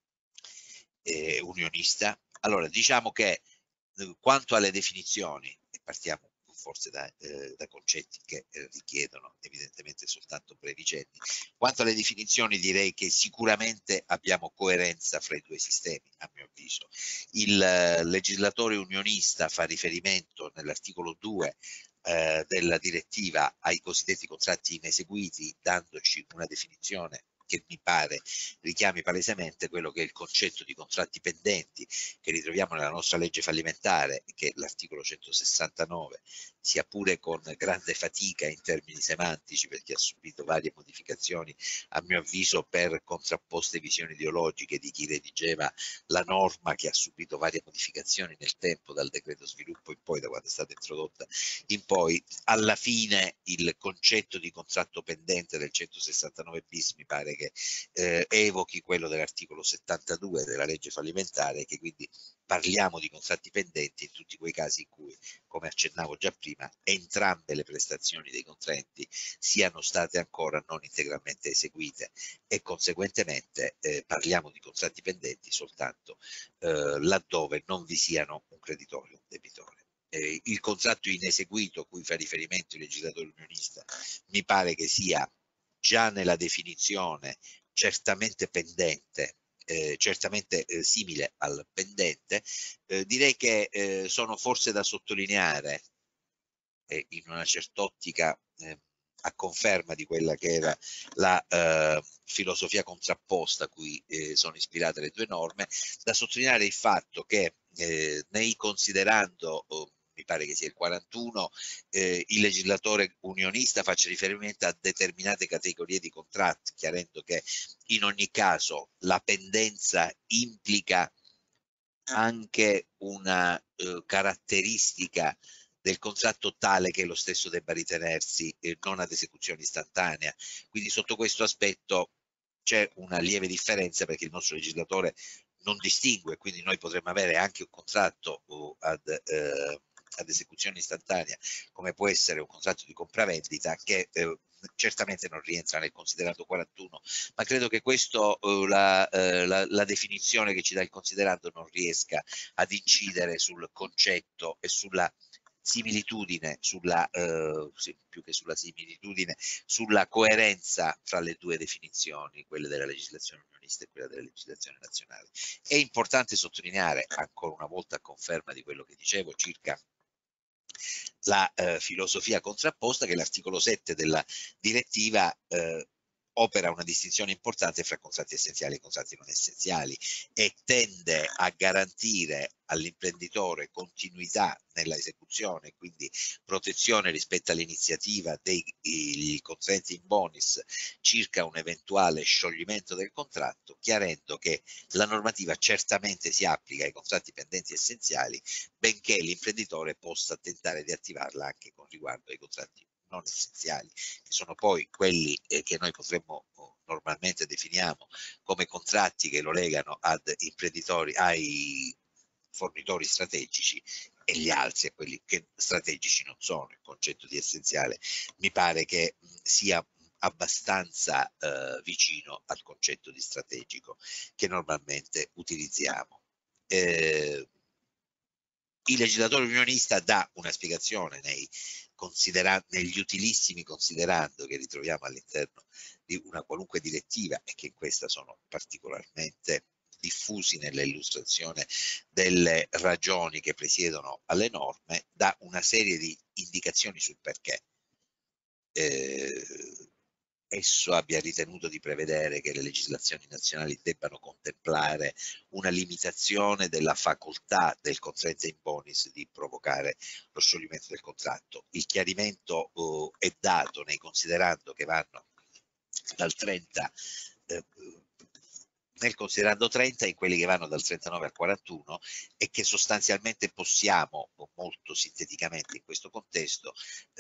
unionista? Allora, diciamo che quanto alle definizioni, e partiamo forse da concetti che richiedono evidentemente soltanto brevi cenni, quanto alle definizioni direi che sicuramente abbiamo coerenza fra i due sistemi, a mio avviso. Il legislatore unionista fa riferimento nell'articolo 2 della direttiva ai cosiddetti contratti ineseguiti, dandoci una definizione che mi pare richiami palesemente quello che è il concetto di contratti pendenti che ritroviamo nella nostra legge fallimentare, che è l'articolo 169, sia pure con grande fatica in termini semantici, perché ha subito varie modificazioni, a mio avviso, per contrapposte visioni ideologiche di chi redigeva la norma, che ha subito varie modificazioni nel tempo, dal decreto sviluppo in poi, da quando è stata introdotta in poi. Alla fine il concetto di contratto pendente del 169 bis mi pare che evochi quello dell'articolo 72 della legge fallimentare, che quindi parliamo di contratti pendenti in tutti quei casi in cui, come accennavo già prima, entrambe le prestazioni dei contraenti siano state ancora non integralmente eseguite, e conseguentemente parliamo di contratti pendenti soltanto laddove non vi siano un creditore o un debitore. Il contratto ineseguito a cui fa riferimento il legislatore unionista mi pare che sia già nella definizione certamente pendente, certamente simile al pendente. Direi che sono forse da sottolineare, in una certa ottica a conferma di quella che era la filosofia contrapposta a cui sono ispirate le due norme, da sottolineare il fatto che nei considerando mi pare che sia il 41, il legislatore unionista faccia riferimento a determinate categorie di contratti, chiarendo che in ogni caso la pendenza implica anche una caratteristica del contratto tale che lo stesso debba ritenersi non ad esecuzione istantanea. Quindi sotto questo aspetto c'è una lieve differenza, perché il nostro legislatore non distingue, quindi noi potremmo avere anche un contratto ad esecuzione istantanea, come può essere un contratto di compravendita, che certamente non rientra nel considerato 41, ma credo che questo la definizione che ci dà il considerando non riesca ad incidere sul concetto e sulla similitudine, più che sulla similitudine, sulla coerenza fra le due definizioni, quelle della legislazione unionista e quella della legislazione nazionale. È importante sottolineare, ancora una volta a conferma di quello che dicevo circa la filosofia contrapposta, che l'articolo 7 della direttiva opera una distinzione importante fra contratti essenziali e contratti non essenziali e tende a garantire all'imprenditore continuità nella esecuzione, quindi protezione rispetto all'iniziativa dei contraenti in bonis circa un eventuale scioglimento del contratto, chiarendo che la normativa certamente si applica ai contratti pendenti essenziali, benché l'imprenditore possa tentare di attivarla anche con riguardo ai contratti non essenziali, che sono poi quelli che noi potremmo normalmente definiamo come contratti che lo legano ad imprenditori, ai fornitori strategici, e gli altri a quelli che strategici non sono. Il concetto di essenziale mi pare che sia abbastanza vicino al concetto di strategico che normalmente utilizziamo. Il legislatore unionista dà una spiegazione negli utilissimi considerando che ritroviamo all'interno di una qualunque direttiva, e che in questa sono particolarmente diffusi nella illustrazione delle ragioni che presiedono alle norme, dà una serie di indicazioni sul perché esso abbia ritenuto di prevedere che le legislazioni nazionali debbano contemplare una limitazione della facoltà del contraente in bonis di provocare lo scioglimento del contratto. Il chiarimento è dato nei considerando che vanno dal 30 nel considerando 30 in quelli che vanno dal 39 al 41, e che sostanzialmente possiamo molto sinteticamente in questo contesto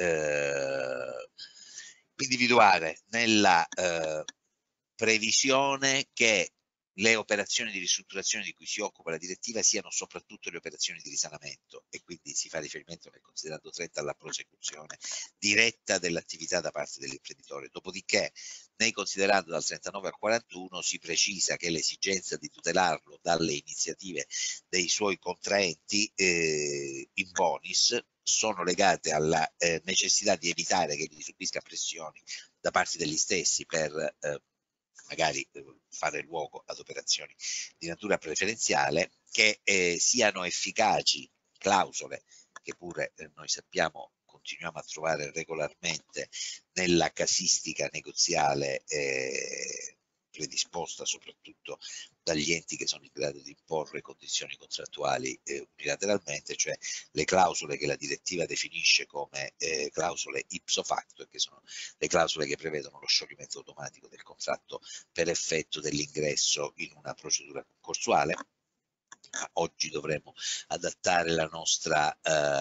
individuare nella previsione che le operazioni di ristrutturazione di cui si occupa la direttiva siano soprattutto le operazioni di risanamento, e quindi si fa riferimento nel considerando 30 alla prosecuzione diretta dell'attività da parte dell'imprenditore. Dopodiché, nei considerando dal 39 al 41 si precisa che l'esigenza di tutelarlo dalle iniziative dei suoi contraenti in bonis sono legate alla necessità di evitare che gli subisca pressioni da parte degli stessi per magari fare luogo ad operazioni di natura preferenziale, che siano efficaci clausole che pure noi sappiamo continuiamo a trovare regolarmente nella casistica negoziale predisposta soprattutto dagli enti che sono in grado di imporre condizioni contrattuali unilateralmente, cioè le clausole che la direttiva definisce come clausole ipso facto, e che sono le clausole che prevedono lo scioglimento automatico del contratto per effetto dell'ingresso in una procedura concorsuale. Oggi dovremo adattare la nostra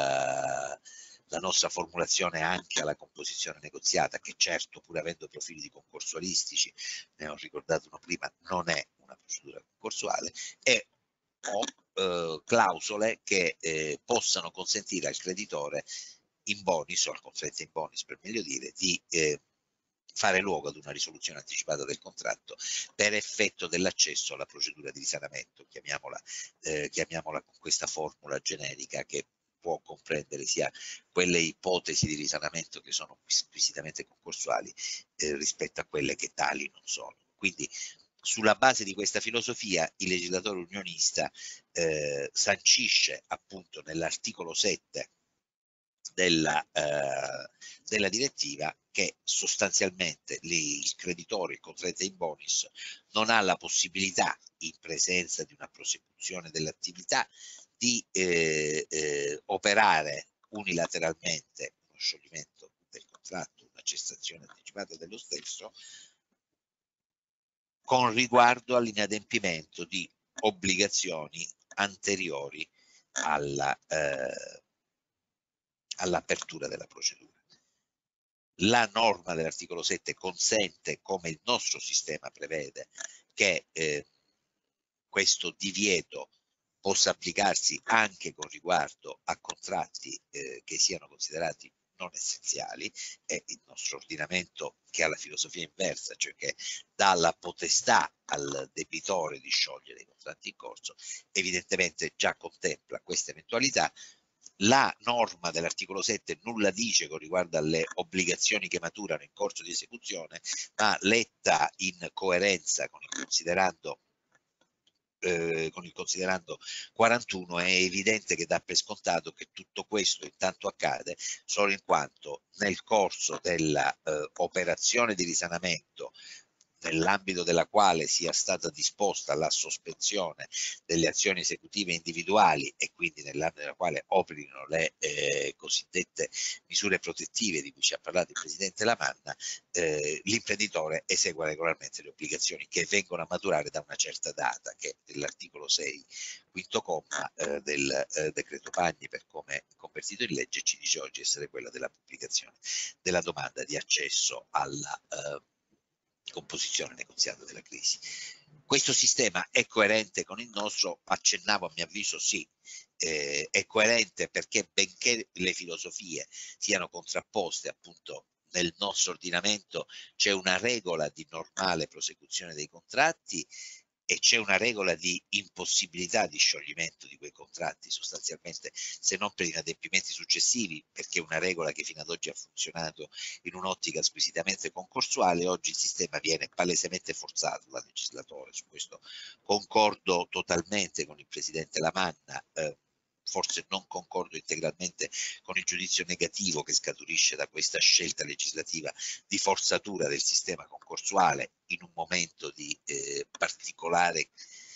formulazione anche alla composizione negoziata, che certo, pur avendo profili di concorsualistici, ne ho ricordato uno prima, non è una procedura concorsuale, e clausole che possano consentire al creditore in bonis, o al contraente in bonis per meglio dire, di fare luogo ad una risoluzione anticipata del contratto per effetto dell'accesso alla procedura di risanamento, chiamiamola con questa formula generica che può comprendere sia quelle ipotesi di risanamento che sono squisitamente concorsuali rispetto a quelle che tali non sono. Quindi sulla base di questa filosofia il legislatore unionista sancisce appunto nell'articolo 7 della direttiva che sostanzialmente il creditore, il contraente in bonis, non ha la possibilità, in presenza di una prosecuzione dell'attività, di operare unilateralmente uno scioglimento del contratto, una cessazione anticipata dello stesso, con riguardo all'inadempimento di obbligazioni anteriori all'apertura della procedura. La norma dell'articolo 7 consente, come il nostro sistema prevede, che questo divieto possa applicarsi anche con riguardo a contratti che siano considerati non essenziali. È il nostro ordinamento che ha la filosofia inversa, cioè che dà la potestà al debitore di sciogliere i contratti in corso, evidentemente già contempla questa eventualità. La norma dell'articolo 7 nulla dice con riguardo alle obbligazioni che maturano in corso di esecuzione, ma letta in coerenza con il considerando 41 è evidente che dà per scontato che tutto questo intanto accade solo in quanto nel corso della operazione di risanamento, nell'ambito della quale sia stata disposta la sospensione delle azioni esecutive individuali e quindi nell'ambito della quale operino le cosiddette misure protettive di cui ci ha parlato il Presidente Lamanna, l'imprenditore esegua regolarmente le obbligazioni che vengono a maturare da una certa data, che è dell'articolo 6, quinto comma del decreto Pagni, per come convertito in legge, ci dice oggi essere quella della pubblicazione della domanda di accesso alla composizione negoziata della crisi. Questo sistema è coerente con il nostro? Accennavo, a mio avviso sì, è coerente perché benché le filosofie siano contrapposte, appunto nel nostro ordinamento c'è una regola di normale prosecuzione dei contratti e c'è una regola di impossibilità di scioglimento di quei contratti, sostanzialmente, se non per inadempimenti successivi, perché è una regola che fino ad oggi ha funzionato in un'ottica squisitamente concorsuale. Oggi il sistema viene palesemente forzato dal legislatore. Su questo concordo totalmente con il Presidente Lamanna, forse non concordo integralmente con il giudizio negativo che scaturisce da questa scelta legislativa di forzatura del sistema concorsuale in un momento di particolare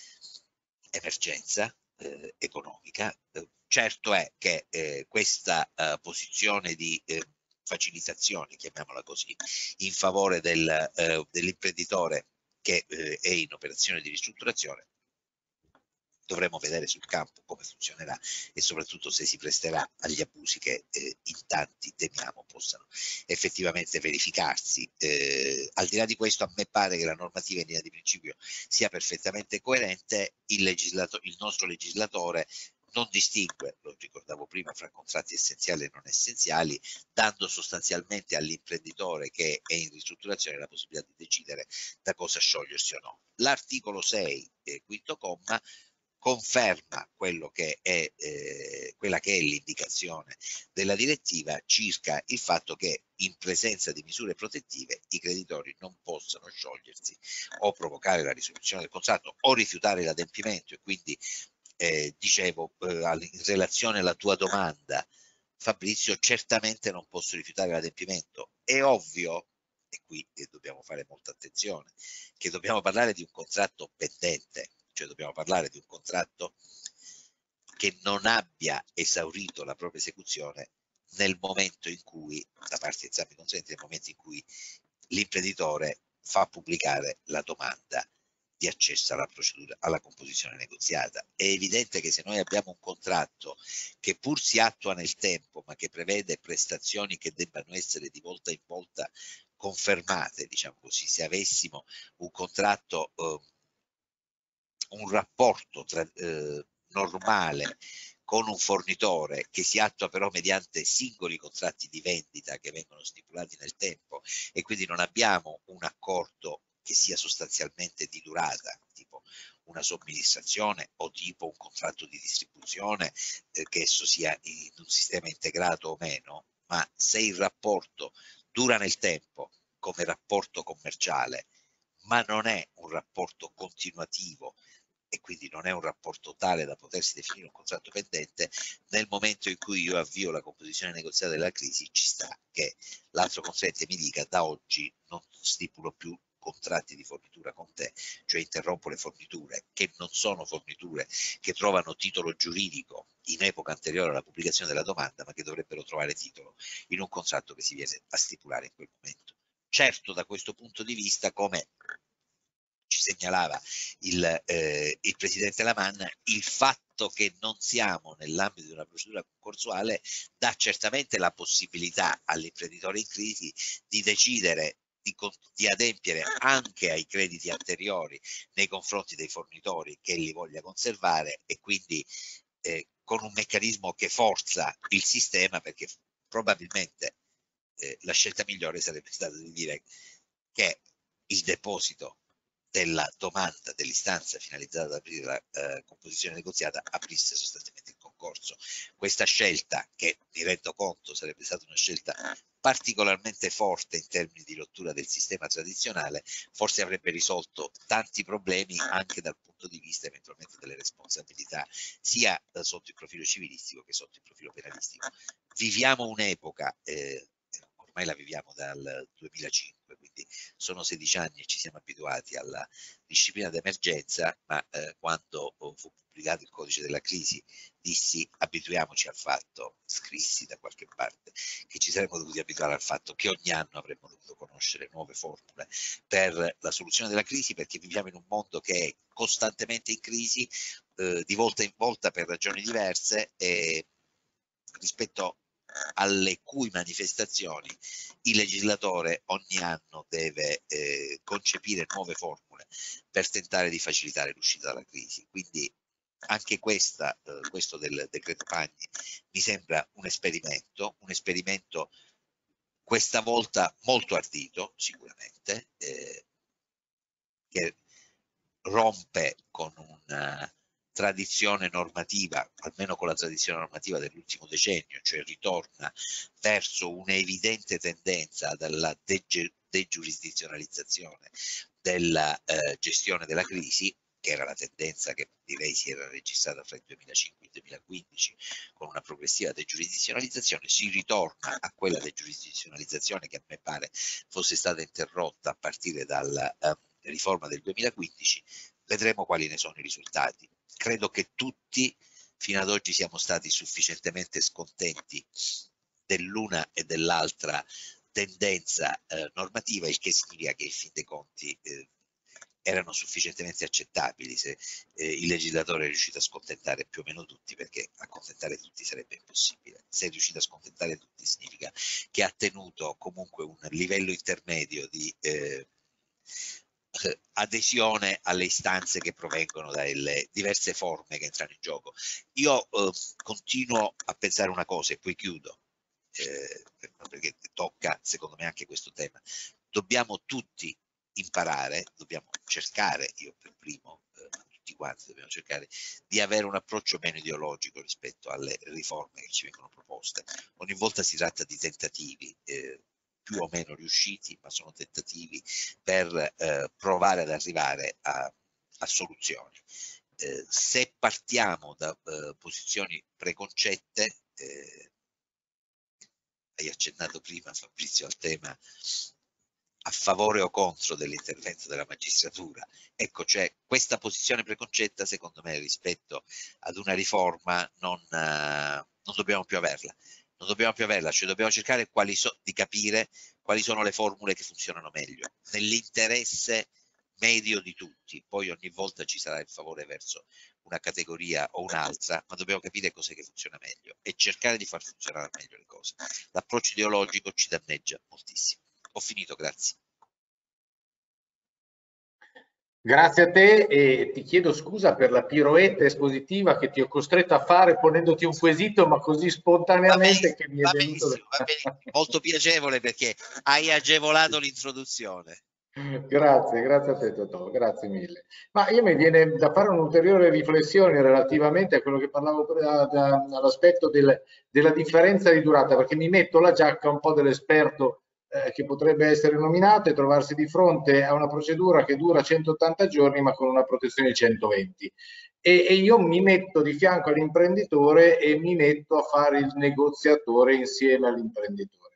emergenza economica. Certo è che questa posizione di facilitazione, chiamiamola così, in favore dell'imprenditore che è in operazione di ristrutturazione, dovremo vedere sul campo come funzionerà e soprattutto se si presterà agli abusi che in tanti temiamo possano effettivamente verificarsi. Al di là di questo, a me pare che la normativa in linea di principio sia perfettamente coerente. Il nostro legislatore non distingue, lo ricordavo prima, fra contratti essenziali e non essenziali, dando sostanzialmente all'imprenditore che è in ristrutturazione la possibilità di decidere da cosa sciogliersi o no. L'articolo 6, quinto comma, conferma quella che è l'indicazione della direttiva circa il fatto che in presenza di misure protettive i creditori non possano sciogliersi o provocare la risoluzione del contratto o rifiutare l'adempimento. E quindi dicevo, in relazione alla tua domanda, Fabrizio, certamente non posso rifiutare l'adempimento. È ovvio, e qui dobbiamo fare molta attenzione, che dobbiamo parlare di un contratto pendente, cioè dobbiamo parlare di un contratto che non abbia esaurito la propria esecuzione nel momento in cui, da parte di entrambi i consensi, nel momento in cui l'imprenditore fa pubblicare la domanda di accesso alla procedura, alla composizione negoziata. È evidente che se noi abbiamo un contratto che pur si attua nel tempo, ma che prevede prestazioni che debbano essere di volta in volta confermate, diciamo così, se avessimo un contratto, un rapporto normale con un fornitore che si attua però mediante singoli contratti di vendita che vengono stipulati nel tempo e quindi non abbiamo un accordo che sia sostanzialmente di durata, tipo una somministrazione o tipo un contratto di distribuzione, che esso sia in un sistema integrato o meno, ma se il rapporto dura nel tempo come rapporto commerciale, ma non è un rapporto continuativo e quindi non è un rapporto tale da potersi definire un contratto pendente, nel momento in cui io avvio la composizione negoziata della crisi ci sta che l'altro consulente mi dica: da oggi non stipulo più contratti di fornitura con te, cioè interrompo le forniture che non sono forniture che trovano titolo giuridico in epoca anteriore alla pubblicazione della domanda, ma che dovrebbero trovare titolo in un contratto che si viene a stipulare in quel momento. Certo, da questo punto di vista, come ci segnalava il Presidente Lamanna, il fatto fatto che non siamo nell'ambito di una procedura concorsuale dà certamente la possibilità all'imprenditore in crisi di decidere di adempiere anche ai crediti anteriori nei confronti dei fornitori che li voglia conservare, e quindi con un meccanismo che forza il sistema, perché probabilmente la scelta migliore sarebbe stata di dire che il deposito della domanda dell'istanza finalizzata ad aprire la composizione negoziata aprisse sostanzialmente il concorso. Questa scelta, che mi rendo conto sarebbe stata una scelta particolarmente forte in termini di rottura del sistema tradizionale, forse avrebbe risolto tanti problemi anche dal punto di vista eventualmente delle responsabilità, sia sotto il profilo civilistico che sotto il profilo penalistico. Viviamo un'epoca, ormai la viviamo dal 2005, quindi sono 16 anni e ci siamo abituati alla disciplina d'emergenza, ma quando fu pubblicato il codice della crisi dissi abituiamoci al fatto, scrissi da qualche parte, che ci saremmo dovuti abituare al fatto che ogni anno avremmo dovuto conoscere nuove formule per la soluzione della crisi, perché viviamo in un mondo che è costantemente in crisi, di volta in volta per ragioni diverse, e rispetto alle cui manifestazioni il legislatore ogni anno deve concepire nuove formule per tentare di facilitare l'uscita dalla crisi. Quindi anche questo del decreto Pagni mi sembra un esperimento questa volta molto ardito sicuramente, che rompe con una tradizione normativa, almeno con la tradizione normativa dell'ultimo decennio, cioè ritorna verso un'evidente tendenza dalla degiurisdizionalizzazione della gestione della crisi, che era la tendenza che direi si era registrata fra il 2005 e il 2015 con una progressiva degiurisdizionalizzazione. Si ritorna a quella degiurisdizionalizzazione che a me pare fosse stata interrotta a partire dalla riforma del 2015. Vedremo quali ne sono i risultati. Credo che tutti fino ad oggi siamo stati sufficientemente scontenti dell'una e dell'altra tendenza normativa, il che significa che in fin dei conti erano sufficientemente accettabili se il legislatore è riuscito a scontentare più o meno tutti, perché accontentare tutti sarebbe impossibile. Se è riuscito a scontentare tutti significa che ha tenuto comunque un livello intermedio di adesione alle istanze che provengono dalle diverse forme che entrano in gioco. Io continuo a pensare una cosa e poi chiudo, perché tocca secondo me anche questo tema. Dobbiamo tutti imparare, dobbiamo cercare, io per primo, tutti quanti dobbiamo cercare di avere un approccio meno ideologico rispetto alle riforme che ci vengono proposte. Ogni volta si tratta di tentativi, più o meno riusciti, ma sono tentativi per provare ad arrivare a soluzioni. Se partiamo da posizioni preconcette, hai accennato prima, Fabrizio, al tema a favore o contro dell'intervento della magistratura. Ecco, cioè questa posizione preconcetta, secondo me, rispetto ad una riforma non dobbiamo più averla. Non dobbiamo più averla, cioè dobbiamo cercare di capire quali sono le formule che funzionano meglio, nell'interesse medio di tutti. Poi ogni volta ci sarà il favore verso una categoria o un'altra, ma dobbiamo capire cos'è che funziona meglio e cercare di far funzionare meglio le cose. L'approccio ideologico ci danneggia moltissimo. Ho finito, grazie. Grazie a te e ti chiedo scusa per la piroetta espositiva che ti ho costretto a fare ponendoti un quesito, ma così spontaneamente che mi è venuto. Va benissimo, molto piacevole perché hai agevolato l'introduzione. Grazie a te Totò, grazie mille. Ma io mi viene da fare un'ulteriore riflessione relativamente a quello che parlavo all'aspetto della differenza di durata, perché mi metto la giacca un po' dell'esperto che potrebbe essere nominato e trovarsi di fronte a una procedura che dura 180 giorni ma con una protezione di 120. E io mi metto di fianco all'imprenditore e mi metto a fare il negoziatore insieme all'imprenditore.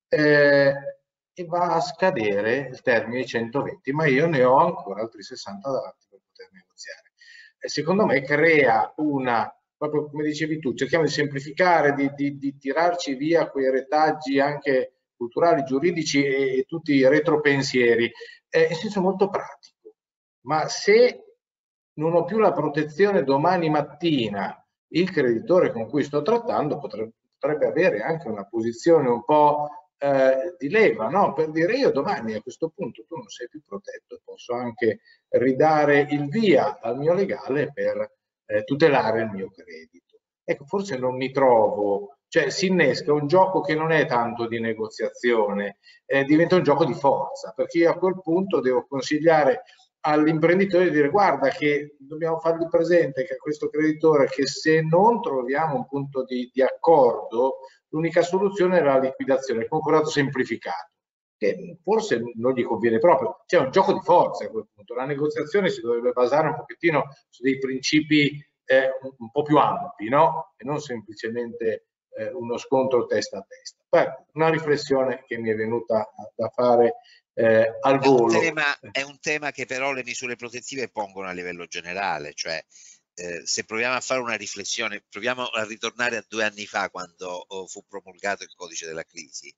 E va a scadere il termine 120, ma io ne ho ancora altri 60 davanti per poter negoziare. E secondo me crea proprio come dicevi tu, cerchiamo di semplificare, di tirarci via quei retaggi anche culturali, giuridici e tutti i retropensieri, in senso molto pratico. Ma se non ho più la protezione domani mattina, il creditore con cui sto trattando potrebbe avere anche una posizione un po' di leva, no? Per dire io domani a questo punto tu non sei più protetto, posso anche ridare il via al mio legale per tutelare il mio credito. Ecco, forse non mi trovo, cioè si innesca un gioco che non è tanto di negoziazione, diventa un gioco di forza, perché io a quel punto devo consigliare all'imprenditore di dire guarda che dobbiamo fargli presente che a questo creditore che se non troviamo un punto di accordo, l'unica soluzione è la liquidazione, il concordato semplificato, che forse non gli conviene proprio. C'è un gioco di forza a quel punto. La negoziazione si dovrebbe basare un pochettino su dei principi un po' più ampi, no? E non semplicemente uno scontro testa a testa. Beh, una riflessione che mi è venuta da fare al volo. È un tema che però le misure protettive pongono a livello generale, cioè se proviamo a fare una riflessione, proviamo a ritornare a 2 anni fa quando fu promulgato il codice della crisi.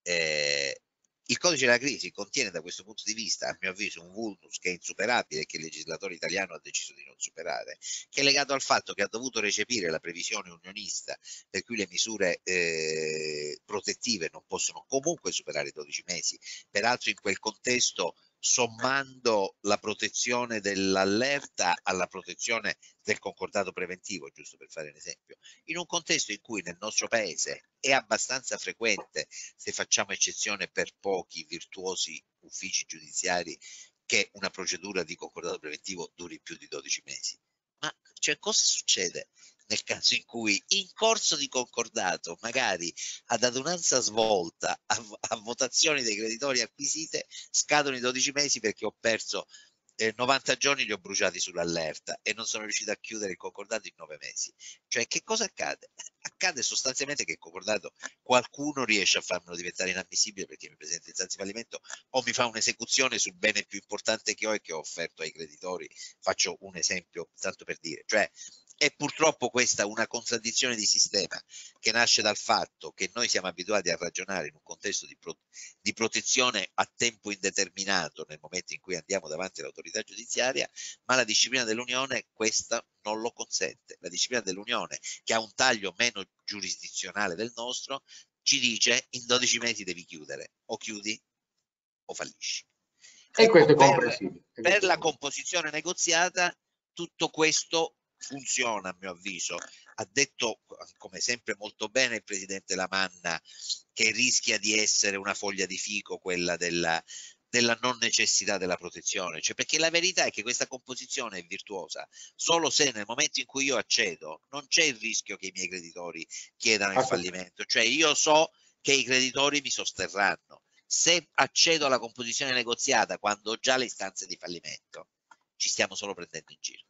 Il codice della crisi contiene da questo punto di vista, a mio avviso, un vulnus che è insuperabile e che il legislatore italiano ha deciso di non superare, che è legato al fatto che ha dovuto recepire la previsione unionista per cui le misure protettive non possono comunque superare i 12 mesi, peraltro in quel contesto sommando la protezione dell'allerta alla protezione del concordato preventivo, giusto per fare un esempio, in un contesto in cui nel nostro paese è abbastanza frequente, se facciamo eccezione per pochi virtuosi uffici giudiziari, che una procedura di concordato preventivo duri più di 12 mesi. Ma cioè, cosa succede nel caso in cui in corso di concordato, magari ad adunanza svolta, a votazioni dei creditori acquisite, scadono i 12 mesi perché ho perso 90 giorni, li ho bruciati sull'allerta e non sono riuscito a chiudere il concordato in 9 mesi. Cioè, che cosa accade? Accade sostanzialmente che il concordato qualcuno riesce a farmelo diventare inammissibile perché mi presenta in stanza di fallimento o mi fa un'esecuzione sul bene più importante che ho e che ho offerto ai creditori. Faccio un esempio tanto per dire, cioè è purtroppo questa una contraddizione di sistema che nasce dal fatto che noi siamo abituati a ragionare in un contesto di protezione a tempo indeterminato nel momento in cui andiamo davanti all'autorità giudiziaria, ma la disciplina dell'Unione questa non lo consente. La disciplina dell'Unione, che ha un taglio meno giurisdizionale del nostro, ci dice in 12 mesi devi chiudere, o chiudi o fallisci. E questo è comprensibile. Per la composizione negoziata tutto questo funziona, a mio avviso. Ha detto, come sempre molto bene il presidente Lamanna, che rischia di essere una foglia di fico quella della non necessità della protezione, cioè perché la verità è che questa composizione è virtuosa solo se nel momento in cui io accedo non c'è il rischio che i miei creditori chiedano il fallimento, cioè io so che i creditori mi sosterranno. Se accedo alla composizione negoziata quando ho già le istanze di fallimento, ci stiamo solo prendendo in giro.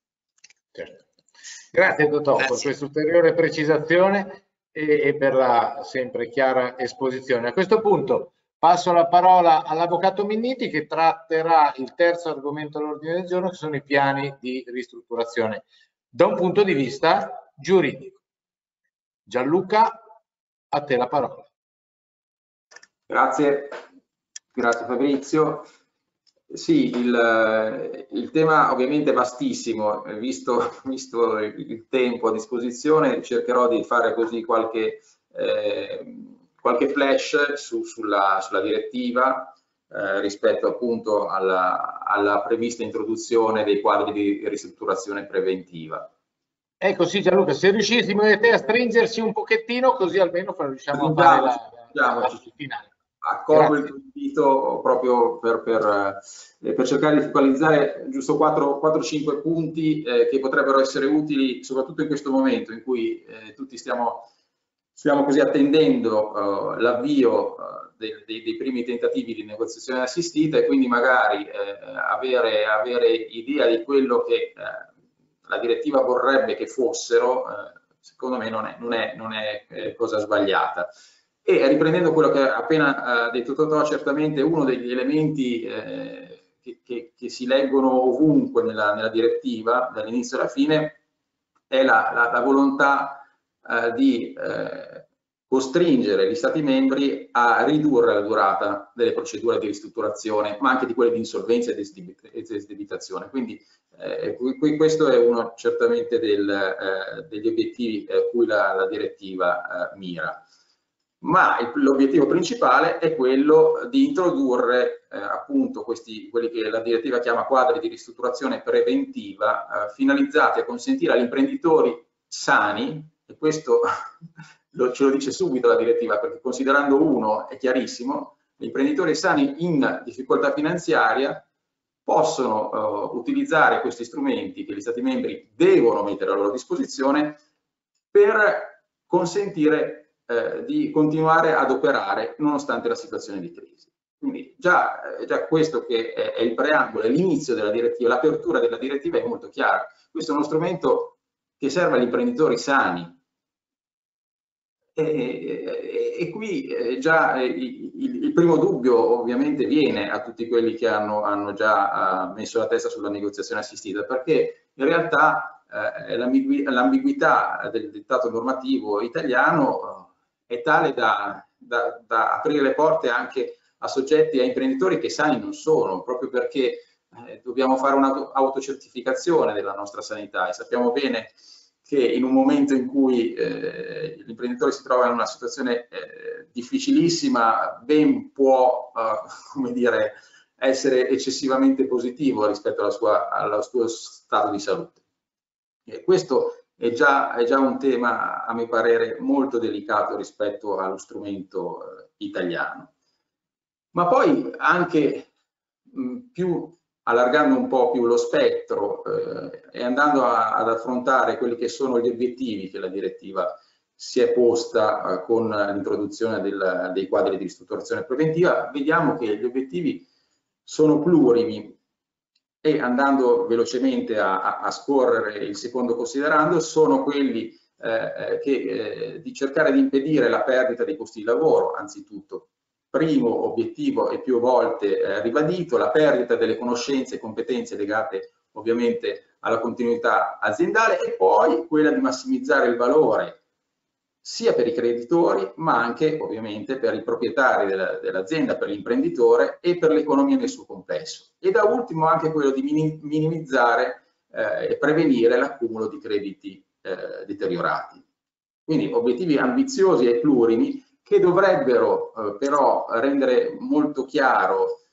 Certo. Grazie dottor per questa ulteriore precisazione e per la sempre chiara esposizione. A questo punto passo la parola all'avvocato Minniti che tratterà il terzo argomento all'ordine del giorno, che sono i piani di ristrutturazione da un punto di vista giuridico. Gianluca, a te la parola. Grazie Fabrizio. Sì, il tema ovviamente è vastissimo, visto il tempo a disposizione, cercherò di fare così qualche flash sulla direttiva rispetto appunto alla prevista introduzione dei quadri di ristrutturazione preventiva. Ecco sì Gianluca, se riuscissimo io e te a stringerci un pochettino, così almeno riusciamo a fare la finale. Accolgo il tuo invito proprio per cercare di focalizzare giusto 4-5 punti che potrebbero essere utili soprattutto in questo momento in cui tutti stiamo così attendendo l'avvio dei primi tentativi di negoziazione assistita e quindi magari avere idea di quello che la direttiva vorrebbe che fossero, secondo me non è cosa sbagliata. E riprendendo quello che ha appena detto Totò, certamente uno degli elementi che si leggono ovunque nella direttiva, dall'inizio alla fine, è la volontà di costringere gli Stati membri a ridurre la durata delle procedure di ristrutturazione, ma anche di quelle di insolvenza e di esdebitazione. Quindi questo è uno certamente degli obiettivi a cui la direttiva mira. Ma l'obiettivo principale è quello di introdurre appunto quelli che la direttiva chiama quadri di ristrutturazione preventiva, finalizzati a consentire agli imprenditori sani, e questo ce lo dice subito la direttiva, perché considerando uno è chiarissimo, gli imprenditori sani in difficoltà finanziaria possono utilizzare questi strumenti che gli Stati membri devono mettere a loro disposizione per consentire di continuare ad operare nonostante la situazione di crisi. Quindi già questo che è il preambolo, è l'inizio della direttiva, l'apertura della direttiva è molto chiara. Questo è uno strumento che serve agli imprenditori sani. E qui già il primo dubbio ovviamente viene a tutti quelli che hanno già messo la testa sulla negoziazione assistita, perché in realtà l'ambiguità del dettato normativo italiano è tale da aprire le porte anche a soggetti, a imprenditori che sani non sono, proprio perché dobbiamo fare un'autocertificazione della nostra sanità, e sappiamo bene che in un momento in cui l'imprenditore si trova in una situazione difficilissima, ben può come dire, essere eccessivamente positivo rispetto allo suo stato di salute. E questo è già un tema, a mio parere, molto delicato rispetto allo strumento italiano. Ma poi anche allargando un po' più lo spettro e andando ad affrontare quelli che sono gli obiettivi che la direttiva si è posta con l'introduzione dei quadri di ristrutturazione preventiva, vediamo che gli obiettivi sono plurimi. E andando velocemente a scorrere il secondo considerando, sono quelli di cercare di impedire la perdita dei posti di lavoro, anzitutto. Primo obiettivo e più volte ribadito, la perdita delle conoscenze e competenze legate ovviamente alla continuità aziendale, e poi quella di massimizzare il valore sia per i creditori ma anche ovviamente per i proprietari dell'azienda, per l'imprenditore e per l'economia nel suo complesso. E da ultimo anche quello di minimizzare e prevenire l'accumulo di crediti deteriorati. Quindi obiettivi ambiziosi e plurimi che dovrebbero però rendere molto chiaro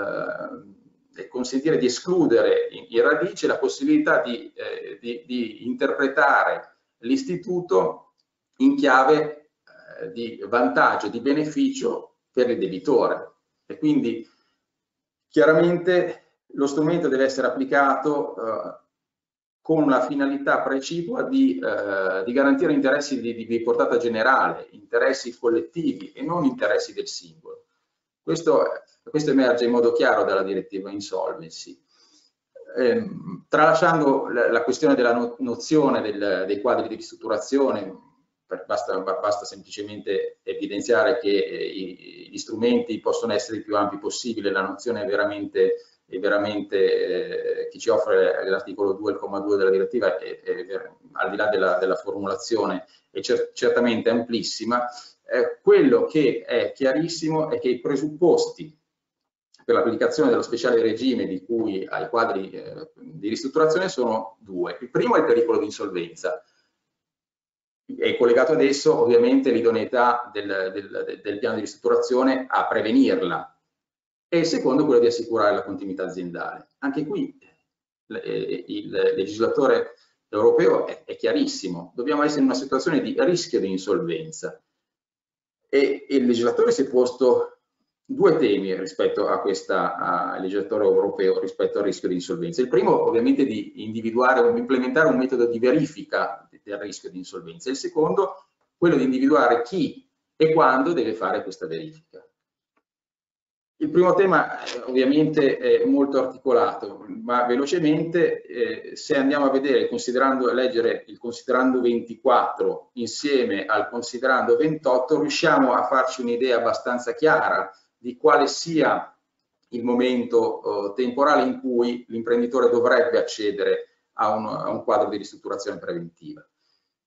e consentire di escludere in radice la possibilità di interpretare l'istituto in chiave di vantaggio, di beneficio per il debitore. E quindi chiaramente lo strumento deve essere applicato con la finalità precipua di garantire interessi di portata generale, interessi collettivi e non interessi del singolo. Questo emerge in modo chiaro dalla direttiva Insolvency. Tralasciando la questione della nozione dei quadri di ristrutturazione, basta semplicemente evidenziare che gli strumenti possono essere il più ampi possibile, la nozione è veramente che ci offre l'articolo 2, il comma 2 della direttiva, al di là della formulazione, è certamente amplissima. Quello che è chiarissimo è che i presupposti per l'applicazione dello speciale regime di cui ai quadri di ristrutturazione sono due. Il primo è il pericolo di insolvenza. È collegato ad esso ovviamente l'idoneità del piano di ristrutturazione a prevenirla, e il secondo quello di assicurare la continuità aziendale. Anche qui il legislatore europeo è chiarissimo, dobbiamo essere in una situazione di rischio di insolvenza, e il legislatore si è posto due temi rispetto a al legislatore europeo rispetto al rischio di insolvenza. Il primo ovviamente di individuare o implementare un metodo di verifica del rischio di insolvenza, il secondo quello di individuare chi e quando deve fare questa verifica. Il primo tema ovviamente è molto articolato, ma velocemente se andiamo a vedere, leggere il considerando 24 insieme al considerando 28, riusciamo a farci un'idea abbastanza chiara di quale sia il momento temporale in cui l'imprenditore dovrebbe accedere a un quadro di ristrutturazione preventiva.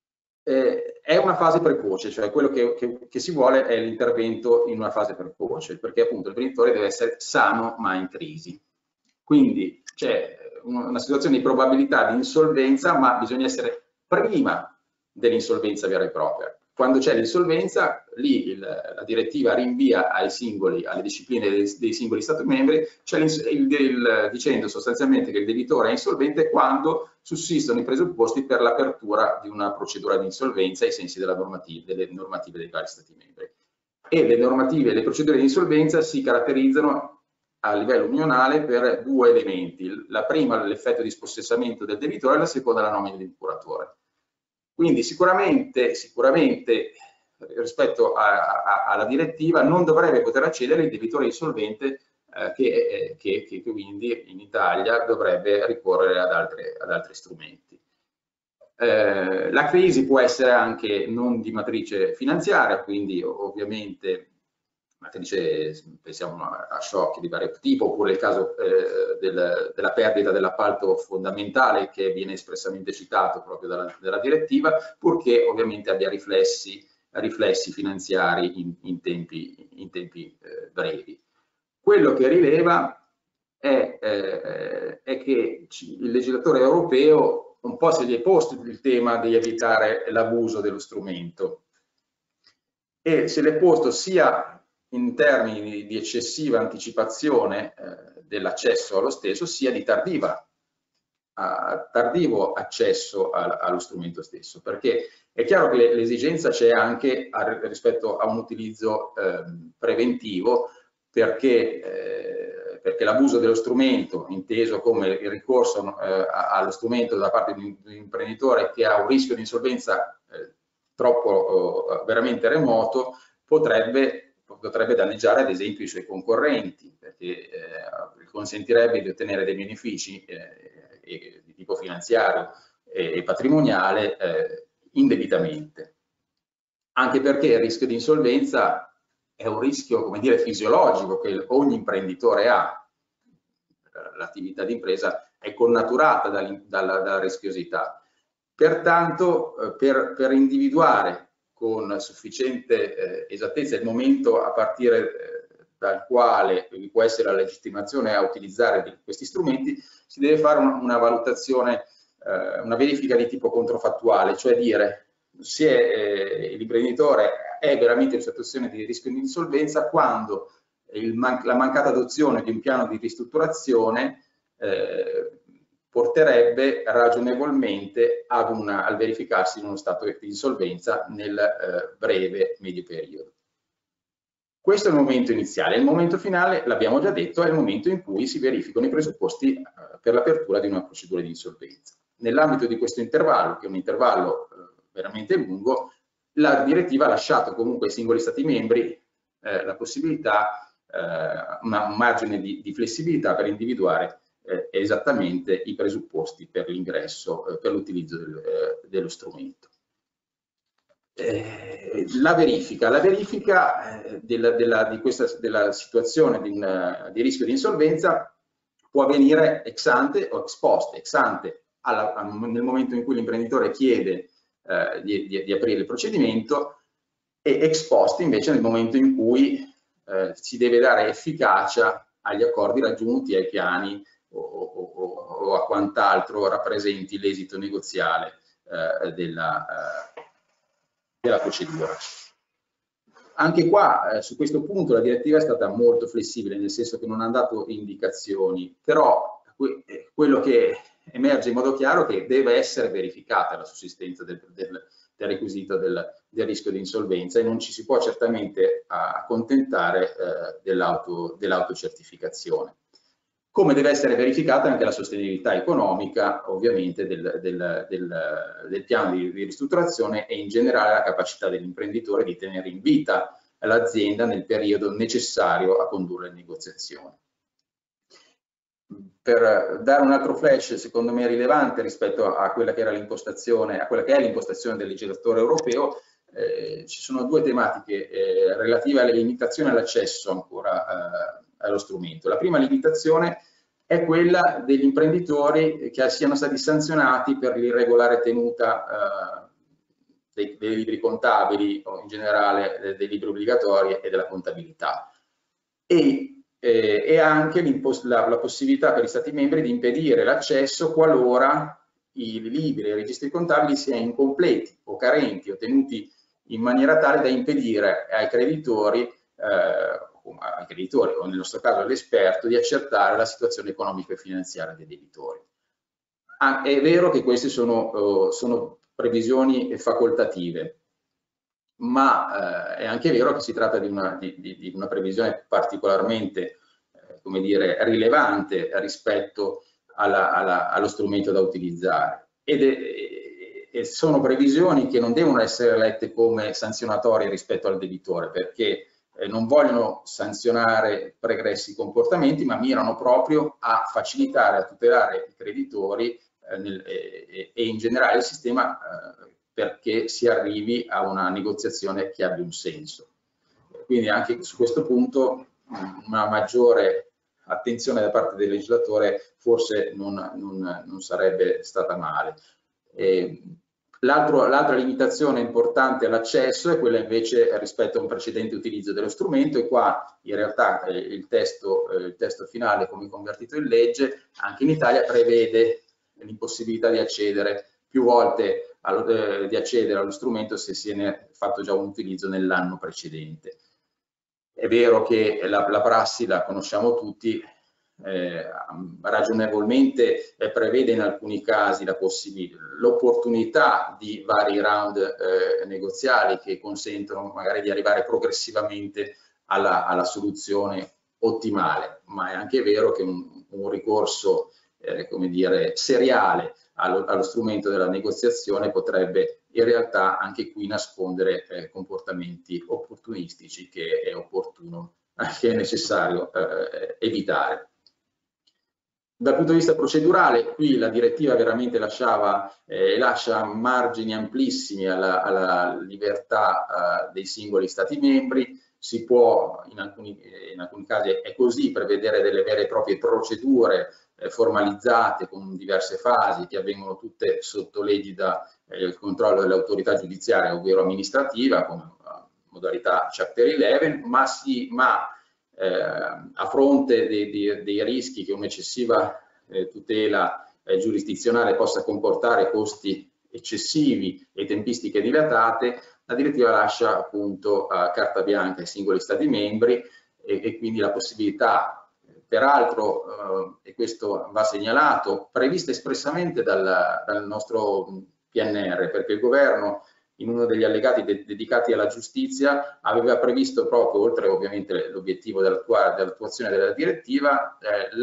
è una fase precoce, cioè quello che si vuole è l'intervento in una fase precoce, perché appunto l'imprenditore deve essere sano ma in crisi. Quindi c'è una situazione di probabilità di insolvenza, ma bisogna essere prima dell'insolvenza vera e propria. Quando c'è l'insolvenza, lì la direttiva rinvia alle discipline dei singoli Stati membri, dicendo sostanzialmente che il debitore è insolvente quando sussistono i presupposti per l'apertura di una procedura di insolvenza ai sensi delle normative dei vari Stati membri. E le procedure di insolvenza si caratterizzano a livello unionale per due elementi. La prima l'effetto di spossessamento del debitore e la seconda la nomina del curatore. Quindi sicuramente rispetto alla direttiva non dovrebbe poter accedere il debitore insolvente che quindi in Italia dovrebbe ricorrere ad altri strumenti. La crisi può essere anche non di matrice finanziaria, quindi ovviamente pensiamo a shock di vario tipo, oppure il caso della perdita dell'appalto fondamentale che viene espressamente citato proprio dalla direttiva, purché ovviamente abbia riflessi finanziari in tempi brevi. Quello che rileva è che il legislatore europeo un po' se gli è posto il tema di evitare l'abuso dello strumento e se l'è posto sia in termini di eccessiva anticipazione dell'accesso allo stesso, sia di tardivo accesso allo strumento stesso, perché è chiaro che l'esigenza c'è anche rispetto a un utilizzo preventivo, perché l'abuso dello strumento, inteso come il ricorso allo strumento da parte di un imprenditore che ha un rischio di insolvenza troppo veramente remoto, potrebbe danneggiare ad esempio i suoi concorrenti, perché consentirebbe di ottenere dei benefici di tipo finanziario e patrimoniale indebitamente. Anche perché il rischio di insolvenza è un rischio, come dire, fisiologico che ogni imprenditore ha. L'attività di impresa è connaturata dalla rischiosità. Pertanto, per individuare con sufficiente esattezza il momento a partire dal quale può essere la legittimazione a utilizzare questi strumenti, si deve fare una valutazione, una verifica di tipo controfattuale, cioè dire se l'imprenditore è veramente in situazione di rischio di insolvenza quando la mancata adozione di un piano di ristrutturazione porterebbe ragionevolmente al verificarsi in uno stato di insolvenza nel breve medio periodo. Questo è il momento iniziale. Il momento finale, l'abbiamo già detto, è il momento in cui si verificano i presupposti per l'apertura di una procedura di insolvenza. Nell'ambito di questo intervallo, che è un intervallo veramente lungo, la direttiva ha lasciato comunque ai singoli Stati membri la possibilità, un margine di flessibilità per individuare esattamente i presupposti per l'ingresso, per l'utilizzo dello strumento. La verifica della situazione di rischio di insolvenza può avvenire ex ante o ex post. Ex ante nel momento in cui l'imprenditore chiede di aprire il procedimento e ex post invece nel momento in cui si deve dare efficacia agli accordi raggiunti, ai piani o a quant'altro rappresenti l'esito negoziale della procedura. Anche qua, su questo punto, la direttiva è stata molto flessibile, nel senso che non ha dato indicazioni, però quello che emerge in modo chiaro è che deve essere verificata la sussistenza del requisito del rischio di insolvenza e non ci si può certamente accontentare dell'autocertificazione. Come deve essere verificata anche la sostenibilità economica, ovviamente, del piano di ristrutturazione e in generale la capacità dell'imprenditore di tenere in vita l'azienda nel periodo necessario a condurre le negoziazioni. Per dare un altro flash, secondo me rilevante rispetto a quella che era l'impostazione, a quella che è l'impostazione del legislatore europeo, ci sono due tematiche relative alle limitazioni all'accesso ancora allo strumento. La prima limitazione è quella degli imprenditori che siano stati sanzionati per l'irregolare tenuta dei libri contabili o in generale dei libri obbligatori e della contabilità. E anche la possibilità per gli Stati membri di impedire l'accesso qualora i libri e i registri contabili siano incompleti o carenti o tenuti in maniera tale da impedire ai creditori o nel nostro caso all'esperto di accertare la situazione economica e finanziaria dei debitori. È vero che queste sono previsioni facoltative, ma è anche vero che si tratta di una previsione particolarmente come dire, rilevante rispetto allo strumento da utilizzare. E sono previsioni che non devono essere lette come sanzionatorie rispetto al debitore, perché non vogliono sanzionare pregressi comportamenti, ma mirano proprio a facilitare, a tutelare i creditori e in generale il sistema perché si arrivi a una negoziazione che abbia un senso. Quindi anche su questo punto una maggiore attenzione da parte del legislatore forse non sarebbe stata male. L'altra limitazione importante all'accesso è quella invece rispetto a un precedente utilizzo dello strumento, e qua in realtà il testo finale come convertito in legge anche in Italia prevede l'impossibilità di accedere più volte allo strumento se se ne è fatto già un utilizzo nell'anno precedente. È vero che la prassi la conosciamo tutti, ragionevolmente prevede in alcuni casi l'opportunità di vari round negoziali che consentono magari di arrivare progressivamente alla soluzione ottimale, ma è anche vero che un ricorso come dire, seriale allo strumento della negoziazione potrebbe in realtà anche qui nascondere comportamenti opportunistici che è necessario evitare. Dal punto di vista procedurale, qui la direttiva veramente lascia margini amplissimi alla libertà dei singoli Stati membri. Si può, in alcuni casi è così, prevedere delle vere e proprie procedure formalizzate con diverse fasi che avvengono tutte sotto l'egida del controllo dell'autorità giudiziaria, ovvero amministrativa, con modalità Chapter 11, ma a fronte dei rischi che un'eccessiva tutela giurisdizionale possa comportare costi eccessivi e tempistiche dilatate, la direttiva lascia appunto a carta bianca ai singoli Stati membri e quindi la possibilità, peraltro, e questo va segnalato, prevista espressamente dal nostro PNR, perché il governo in uno degli allegati dedicati alla giustizia aveva previsto proprio, oltre ovviamente l'obiettivo dell'attuazione della direttiva,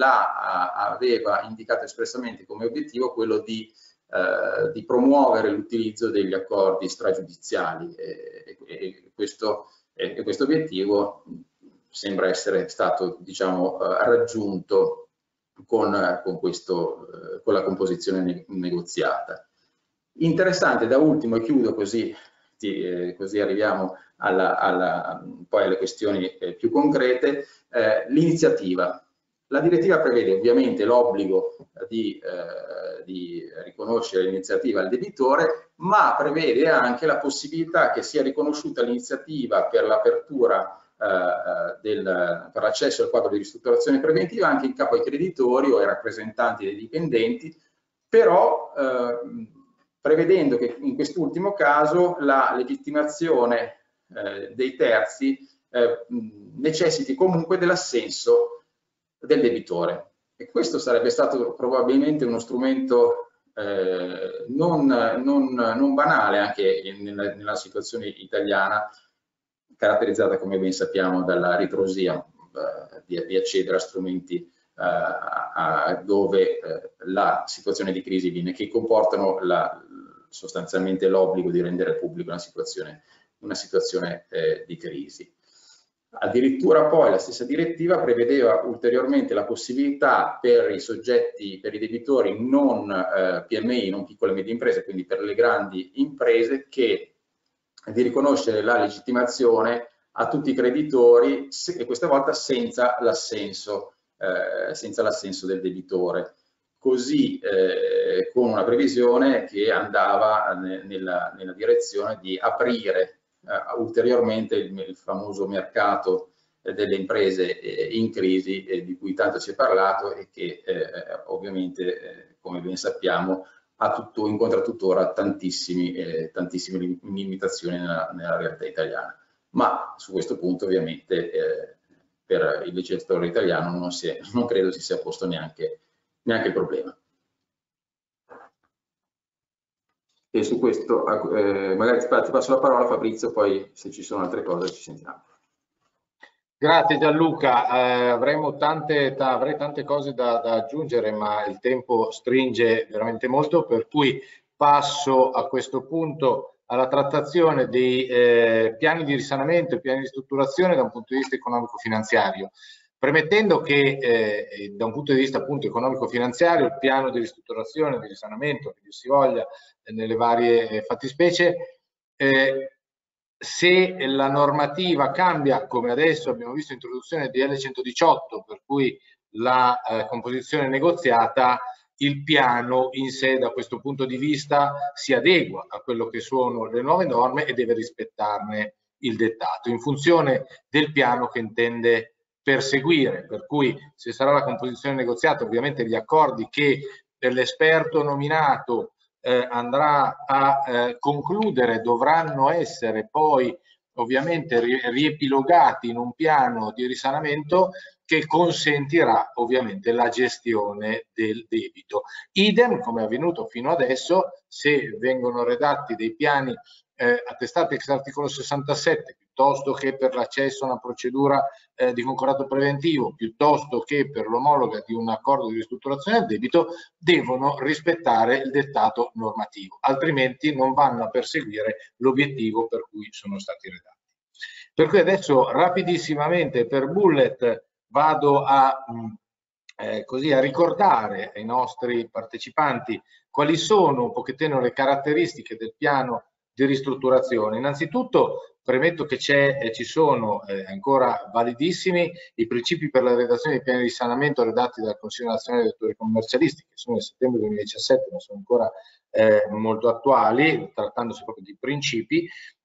aveva indicato espressamente come obiettivo quello di promuovere l'utilizzo degli accordi stragiudiziali e questo obiettivo sembra essere stato, diciamo, raggiunto con la composizione negoziata. Interessante da ultimo, e chiudo così arriviamo poi alle questioni più concrete, l'iniziativa. La direttiva prevede ovviamente l'obbligo di riconoscere l'iniziativa al debitore, ma prevede anche la possibilità che sia riconosciuta l'iniziativa per l'apertura per l'accesso al quadro di ristrutturazione preventiva anche in capo ai creditori o ai rappresentanti dei dipendenti, però prevedendo che in quest'ultimo caso la legittimazione dei terzi necessiti comunque dell'assenso del debitore. E questo sarebbe stato probabilmente uno strumento non banale anche nella situazione italiana, caratterizzata, come ben sappiamo, dalla ritrosia di accedere a strumenti dove la situazione di crisi che comportano sostanzialmente l'obbligo di rendere pubblico una situazione di crisi. Addirittura poi la stessa direttiva prevedeva ulteriormente la possibilità per i soggetti, per i debitori non PMI, non piccole e medie imprese, quindi per le grandi imprese, di riconoscere la legittimazione a tutti i creditori e questa volta senza l'assenso del debitore. così con una previsione che andava nella direzione di aprire ulteriormente il famoso mercato delle imprese in crisi, di cui tanto si è parlato e che ovviamente, come ben sappiamo, incontra tuttora tantissime limitazioni nella realtà italiana. Ma su questo punto ovviamente per il legislatore italiano non credo si sia posto neanche il problema. E su questo magari ti passo la parola, Fabrizio, poi se ci sono altre cose ci sentiamo. Grazie Gianluca, avrei tante cose da aggiungere, ma il tempo stringe veramente molto, per cui passo a questo punto alla trattazione dei piani di risanamento e piani di ristrutturazione da un punto di vista economico-finanziario. Premettendo che da un punto di vista appunto economico-finanziario il piano di ristrutturazione, di risanamento, che si voglia nelle varie fattispecie, se la normativa cambia, come adesso abbiamo visto introduzione di L118, per cui la composizione negoziata, il piano in sé da questo punto di vista si adegua a quello che sono le nuove norme e deve rispettarne il dettato in funzione del piano che intende perseguire, per cui se sarà la composizione negoziata ovviamente gli accordi che l'esperto nominato andrà a concludere dovranno essere poi ovviamente riepilogati in un piano di risanamento che consentirà ovviamente la gestione del debito. Idem, come è avvenuto fino adesso, se vengono redatti dei piani attestati ex articolo 67, piuttosto che per l'accesso a una procedura di concordato preventivo, piuttosto che per l'omologa di un accordo di ristrutturazione del debito, devono rispettare il dettato normativo, altrimenti non vanno a perseguire l'obiettivo per cui sono stati redatti. Per cui adesso rapidissimamente per bullet vado a ricordare ai nostri partecipanti quali sono un pochettino le caratteristiche del piano di ristrutturazione. Innanzitutto premetto che ci sono ancora validissimi i principi per la redazione dei piani di risanamento redatti dal Consiglio Nazionale dei Direttori Commercialisti, che sono del settembre 2017, ma sono ancora molto attuali, trattandosi proprio di principi,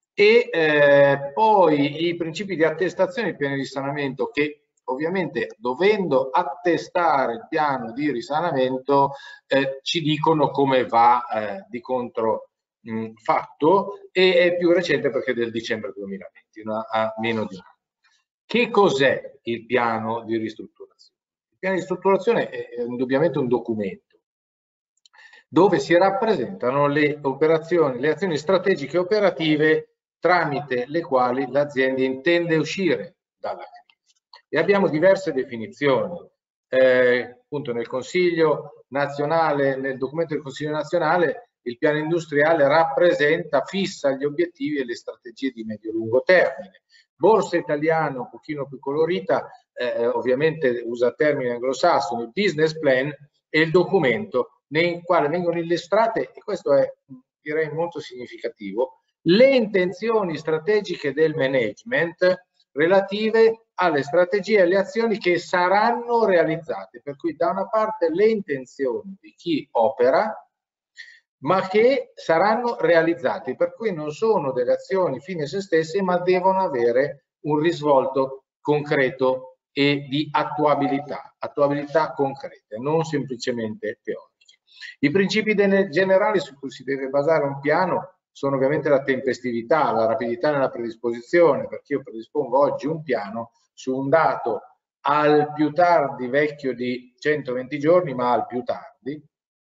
e poi i principi di attestazione dei piani di risanamento che ovviamente dovendo attestare il piano di risanamento ci dicono come va di contro fatto, e è più recente perché è del dicembre 2020, a meno di un anno. Che cos'è il piano di ristrutturazione? Il piano di ristrutturazione è indubbiamente un documento dove si rappresentano le operazioni, le azioni strategiche operative tramite le quali l'azienda intende uscire dalla crisi. E abbiamo diverse definizioni. Appunto nel Consiglio nazionale, nel documento del Consiglio nazionale, il piano industriale rappresenta, fissa gli obiettivi e le strategie di medio-lungo termine. Borsa italiana, un pochino più colorita, ovviamente usa termini anglosassoni, il business plan è il documento nel quale vengono illustrate, e questo è direi molto significativo, le intenzioni strategiche del management relative alle strategie e alle azioni che saranno realizzate, per cui da una parte le intenzioni di chi opera, ma che saranno realizzate, per cui non sono delle azioni fine a se stesse, ma devono avere un risvolto concreto e di attuabilità concreta, non semplicemente teoriche. I principi generali su cui si deve basare un piano sono ovviamente la tempestività, la rapidità nella predisposizione, perché io predispongo oggi un piano su un dato al più tardi vecchio di 120 giorni, ma al più tardi,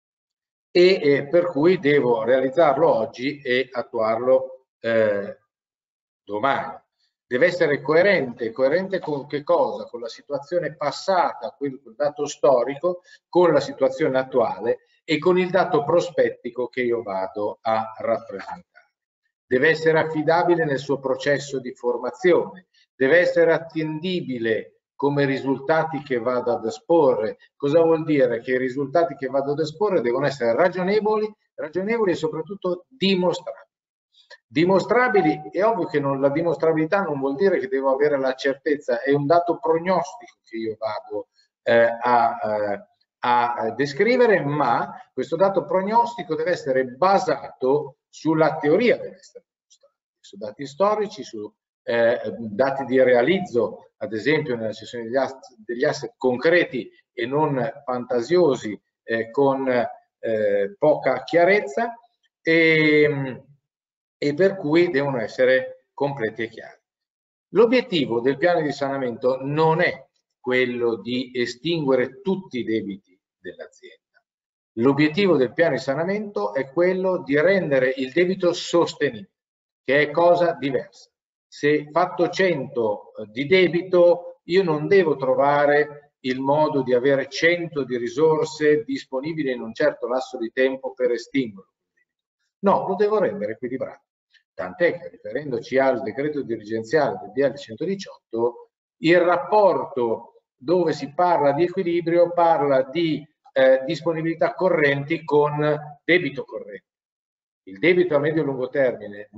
e per cui devo realizzarlo oggi e attuarlo domani. Deve essere coerente con che cosa? Con la situazione passata, quel dato storico, con la situazione attuale e con il dato prospettico che io vado a rappresentare. Deve essere affidabile nel suo processo di formazione, deve essere attendibile come risultati che vado ad esporre. Cosa vuol dire? Che i risultati che vado ad esporre devono essere ragionevoli e soprattutto dimostrabili. Dimostrabili, è ovvio che la dimostrabilità non vuol dire che devo avere la certezza, è un dato prognostico che io vado a descrivere, ma questo dato prognostico deve essere basato sulla teoria dell'essere dimostrati, su dati storici, su dati di realizzo, ad esempio nella cessione degli asset concreti e non fantasiosi con poca chiarezza, e per cui devono essere completi e chiari. L'obiettivo del piano di risanamento non è quello di estinguere tutti i debiti dell'azienda. L'obiettivo del piano di risanamento è quello di rendere il debito sostenibile, che è cosa diversa. Se fatto 100 di debito, io non devo trovare il modo di avere 100 di risorse disponibili in un certo lasso di tempo per estinguerlo. No, lo devo rendere equilibrato. Tant'è che, riferendoci al decreto dirigenziale del DL 118, il rapporto dove si parla di equilibrio parla di disponibilità correnti con debito corrente. Il debito a medio e lungo termine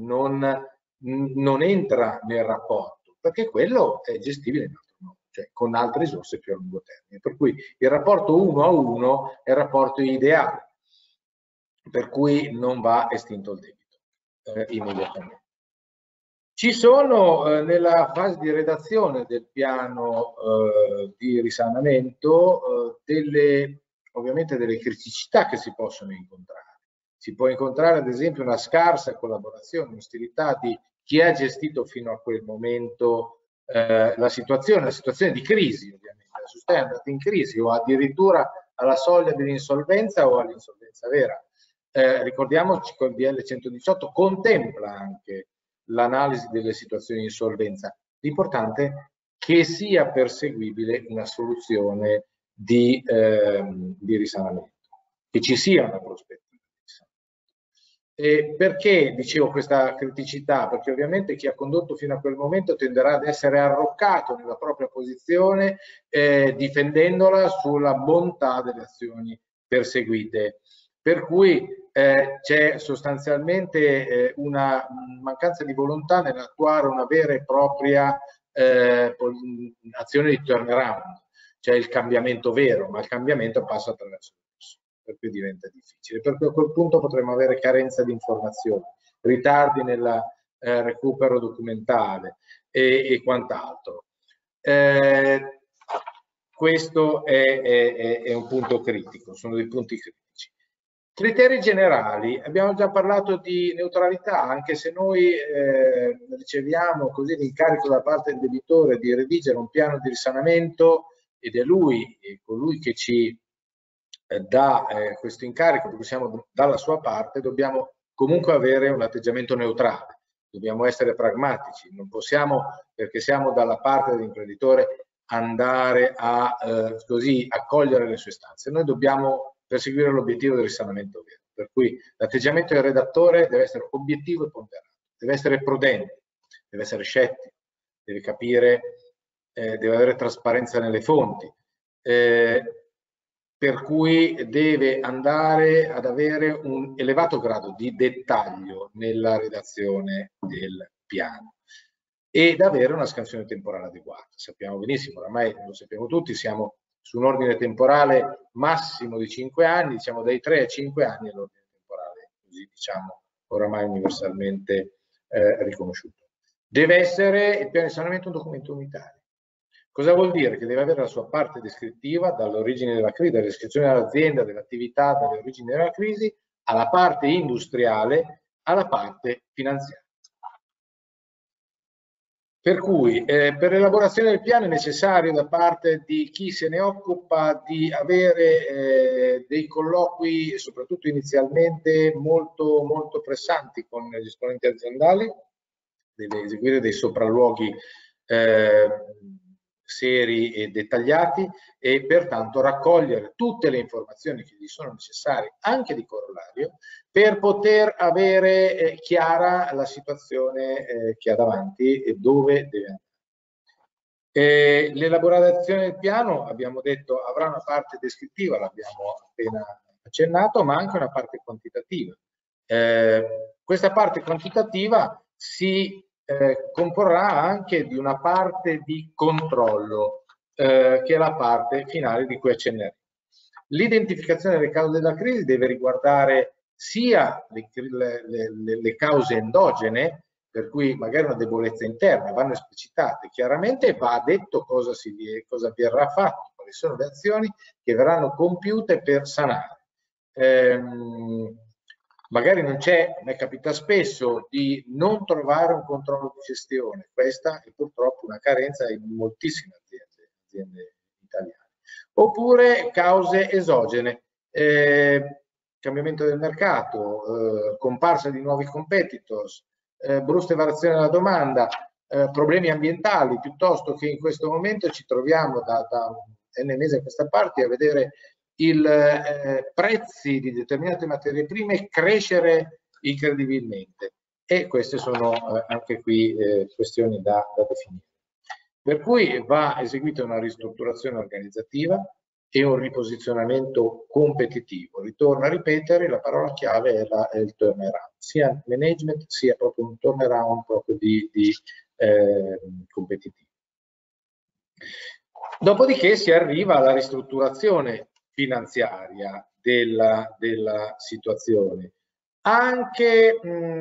non entra nel rapporto, perché quello è gestibile in altro modo, cioè con altre risorse più a lungo termine. Per cui il rapporto 1 a 1 è il rapporto ideale, per cui non va estinto il debito immediatamente. Ci sono nella fase di redazione del piano di risanamento ovviamente delle criticità che si possono incontrare. Si può incontrare ad esempio una scarsa collaborazione, un'ostilità di chi ha gestito fino a quel momento la situazione di crisi, ovviamente. La società è andata in crisi o addirittura alla soglia dell'insolvenza o all'insolvenza vera. Ricordiamoci che il DL 118 contempla anche l'analisi delle situazioni di insolvenza. L'importante è che sia perseguibile una soluzione di risanamento, che ci sia una prospettiva di risanamento. E perché dicevo questa criticità? Perché ovviamente chi ha condotto fino a quel momento tenderà ad essere arroccato nella propria posizione, difendendola sulla bontà delle azioni perseguite. Per cui c'è sostanzialmente una mancanza di volontà nell'attuare una vera e propria azione di turnaround, cioè il cambiamento vero, ma il cambiamento passa attraverso le persone, per cui diventa difficile. Per cui a quel punto potremo avere carenza di informazioni, ritardi nel recupero documentale e quant'altro. Questo è un punto critico, sono dei punti critici. Criteri generali, abbiamo già parlato di neutralità, anche se noi riceviamo così l'incarico da parte del debitore di redigere un piano di risanamento ed è colui che ci dà questo incarico, perché siamo dalla sua parte, dobbiamo comunque avere un atteggiamento neutrale, dobbiamo essere pragmatici, non possiamo, perché siamo dalla parte dell'imprenditore, andare a così accogliere le sue istanze. Noi dobbiamo perseguire l'obiettivo del risanamento vero, per cui l'atteggiamento del redattore deve essere obiettivo e ponderato, deve essere prudente, deve essere scettico, deve capire, deve avere trasparenza nelle fonti, per cui deve andare ad avere un elevato grado di dettaglio nella redazione del piano ed avere una scansione temporale adeguata. Sappiamo benissimo, oramai lo sappiamo tutti, siamo su un ordine temporale massimo di 5 anni, diciamo dai 3 ai 5 anni è l'ordine temporale, così diciamo oramai universalmente riconosciuto. Deve essere il piano di risanamento un documento unitario. Cosa vuol dire? Che deve avere la sua parte descrittiva dall'origine della crisi, dalla descrizione dell'azienda, dell'attività, dalle origini della crisi, alla parte industriale, alla parte finanziaria. Per cui per l'elaborazione del piano è necessario da parte di chi se ne occupa di avere dei colloqui, soprattutto inizialmente, molto, molto pressanti con gli esponenti aziendali, deve eseguire dei sopralluoghi seri e dettagliati e pertanto raccogliere tutte le informazioni che gli sono necessarie, anche di corollario, per poter avere chiara la situazione che ha davanti e dove deve andare. L'elaborazione del piano, abbiamo detto, avrà una parte descrittiva, l'abbiamo appena accennato, ma anche una parte quantitativa. Questa parte quantitativa si comporrà anche di una parte di controllo, che è la parte finale di cui accenneremo. L'identificazione delle cause della crisi deve riguardare sia le cause endogene, per cui magari una debolezza interna, vanno esplicitate. Chiaramente va detto cosa verrà fatto, quali sono le azioni che verranno compiute per sanare. Magari non c'è, a me capita spesso di non trovare un controllo di gestione, questa è purtroppo una carenza in moltissime aziende italiane. Oppure cause esogene, cambiamento del mercato, comparsa di nuovi competitors, bruste variazioni della domanda, problemi ambientali, piuttosto che in questo momento ci troviamo da n mesi a questa parte a vedere i prezzi di determinate materie prime crescere incredibilmente, e queste sono anche qui questioni da definire. Per cui va eseguita una ristrutturazione organizzativa e un riposizionamento competitivo. Ritorno a ripetere, la parola chiave è il turnaround, sia management sia proprio un turnaround proprio di competitivo. Dopodiché si arriva alla ristrutturazione finanziaria della situazione, anche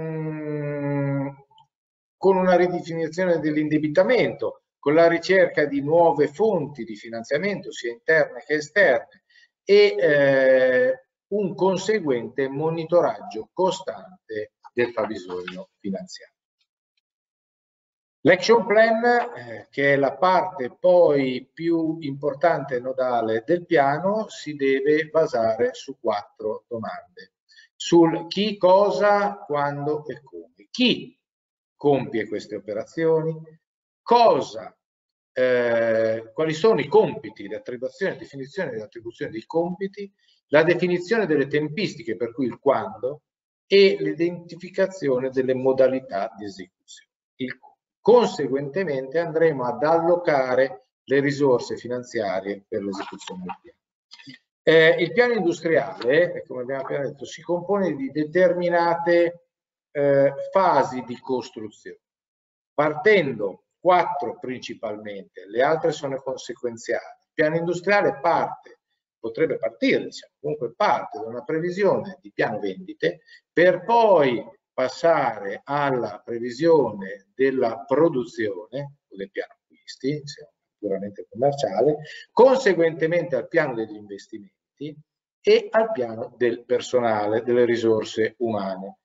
con una ridefinizione dell'indebitamento, con la ricerca di nuove fonti di finanziamento sia interne che esterne e un conseguente monitoraggio costante del fabbisogno finanziario. L'action plan, che è la parte poi più importante e nodale del piano, si deve basare su 4 domande. Sul chi, cosa, quando e come. Chi compie queste operazioni, cosa, quali sono i compiti, l'attribuzione, definizione e l'attribuzione dei compiti, la definizione delle tempistiche per cui il quando e l'identificazione delle modalità di esecuzione. Conseguentemente andremo ad allocare le risorse finanziarie per l'esecuzione del piano. Il piano industriale, come abbiamo appena detto, si compone di determinate fasi di costruzione, partendo 4 principalmente, le altre sono conseguenziali. Il piano industriale potrebbe partire, diciamo, comunque parte da una previsione di piano vendite per poi passare alla previsione della produzione o del piano acquisti, puramente commerciale, conseguentemente al piano degli investimenti e al piano del personale, delle risorse umane.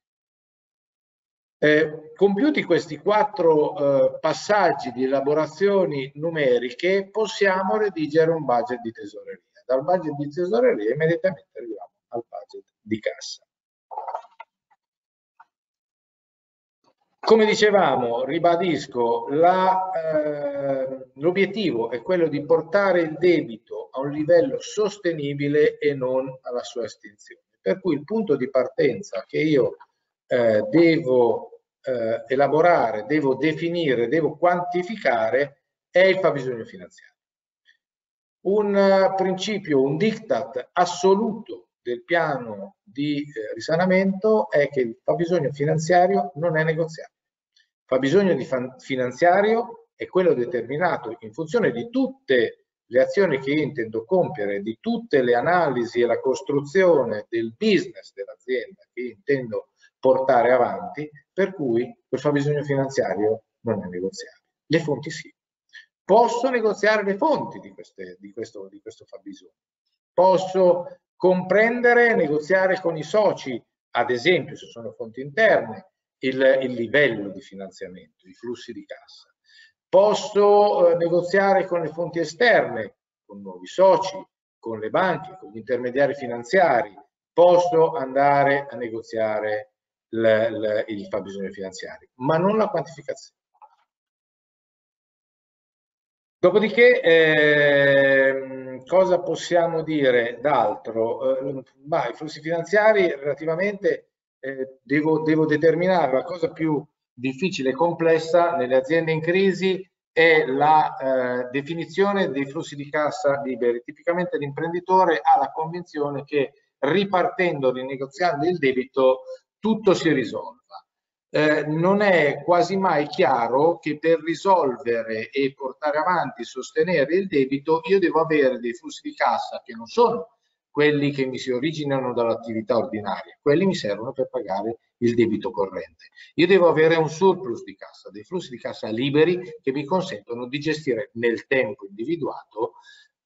Compiuti questi 4 passaggi di elaborazioni numeriche, possiamo redigere un budget di tesoreria. Dal budget di tesoreria immediatamente arriviamo al budget di cassa. Come dicevamo, ribadisco, l'obiettivo è quello di portare il debito a un livello sostenibile e non alla sua estinzione. Per cui il punto di partenza che io devo elaborare, devo definire, devo quantificare è il fabbisogno finanziario. Un principio, un diktat assoluto del piano di risanamento è che il fabbisogno finanziario non è negoziabile. Il fabbisogno finanziario è quello determinato in funzione di tutte le azioni che io intendo compiere, di tutte le analisi e la costruzione del business dell'azienda che io intendo portare avanti, per cui quel fabbisogno finanziario non è negoziabile. Le fonti sì. Posso negoziare le fonti di questo fabbisogno. Posso comprendere e negoziare con i soci, ad esempio, se sono fonti interne, il livello di finanziamento, i flussi di cassa. Posso negoziare con le fonti esterne, con nuovi soci, con le banche, con gli intermediari finanziari. Posso andare a negoziare il fabbisogno finanziario, ma non la quantificazione. Dopodiché, cosa possiamo dire d'altro? I flussi finanziari relativamente devo determinare. La cosa più difficile e complessa nelle aziende in crisi è la definizione dei flussi di cassa liberi. Tipicamente l'imprenditore ha la convinzione che ripartendo, rinegoziando il debito, tutto si risolva. Non è quasi mai chiaro che per risolvere e portare avanti, sostenere il debito, io devo avere dei flussi di cassa che non sono quelli che mi si originano dall'attività ordinaria, quelli mi servono per pagare il debito corrente. Io devo avere un surplus di cassa, dei flussi di cassa liberi che mi consentono di gestire nel tempo individuato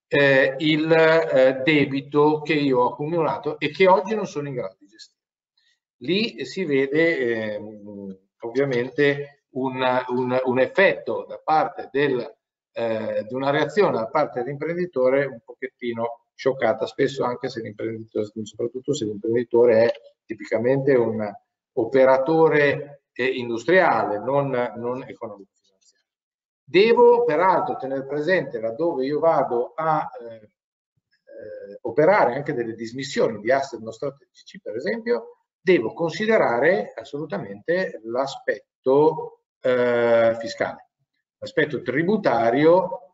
il debito che io ho accumulato e che oggi non sono in grado di gestire. Lì si vede ovviamente un effetto da parte di una reazione da parte dell'imprenditore un pochettino scioccata, spesso anche se l'imprenditore, soprattutto se l'imprenditore è tipicamente un operatore industriale, non economico finanziario. Devo peraltro tenere presente, laddove io vado a operare anche delle dismissioni di asset non strategici, per esempio, devo considerare assolutamente l'aspetto fiscale, l'aspetto tributario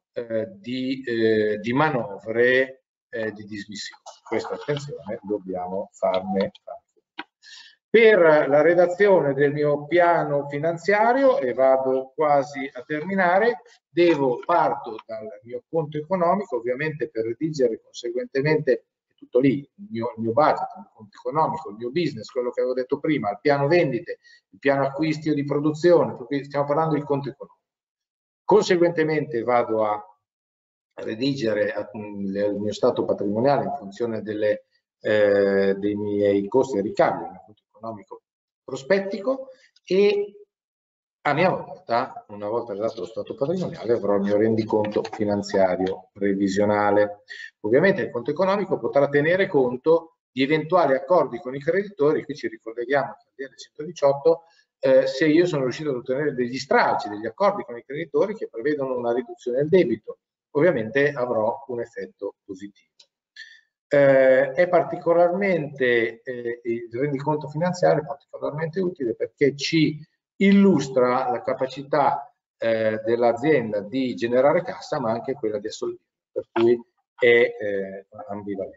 di manovre di dismissione. Questa attenzione dobbiamo farne parte. Per la redazione del mio piano finanziario, e vado quasi a terminare, parto dal mio conto economico, ovviamente per redigere conseguentemente tutto lì, il mio budget, il mio conto economico, il mio business, quello che avevo detto prima, il piano vendite, il piano acquisti o di produzione, perché stiamo parlando di conto economico. Conseguentemente vado a redigere il mio stato patrimoniale in funzione dei miei costi e ricavi, del mio conto economico prospettico, e a mia volta, una volta redatto lo stato patrimoniale, avrò il mio rendiconto finanziario previsionale. Ovviamente il conto economico potrà tenere conto di eventuali accordi con i creditori, qui ci ricolleghiamo al DL 118, se io sono riuscito ad ottenere degli stralci, degli accordi con i creditori che prevedono una riduzione del debito, ovviamente avrò un effetto positivo. È particolarmente, il rendiconto finanziario è particolarmente utile perché ci illustra la capacità dell'azienda di generare cassa, ma anche quella di assorbire, per cui è ambivalente.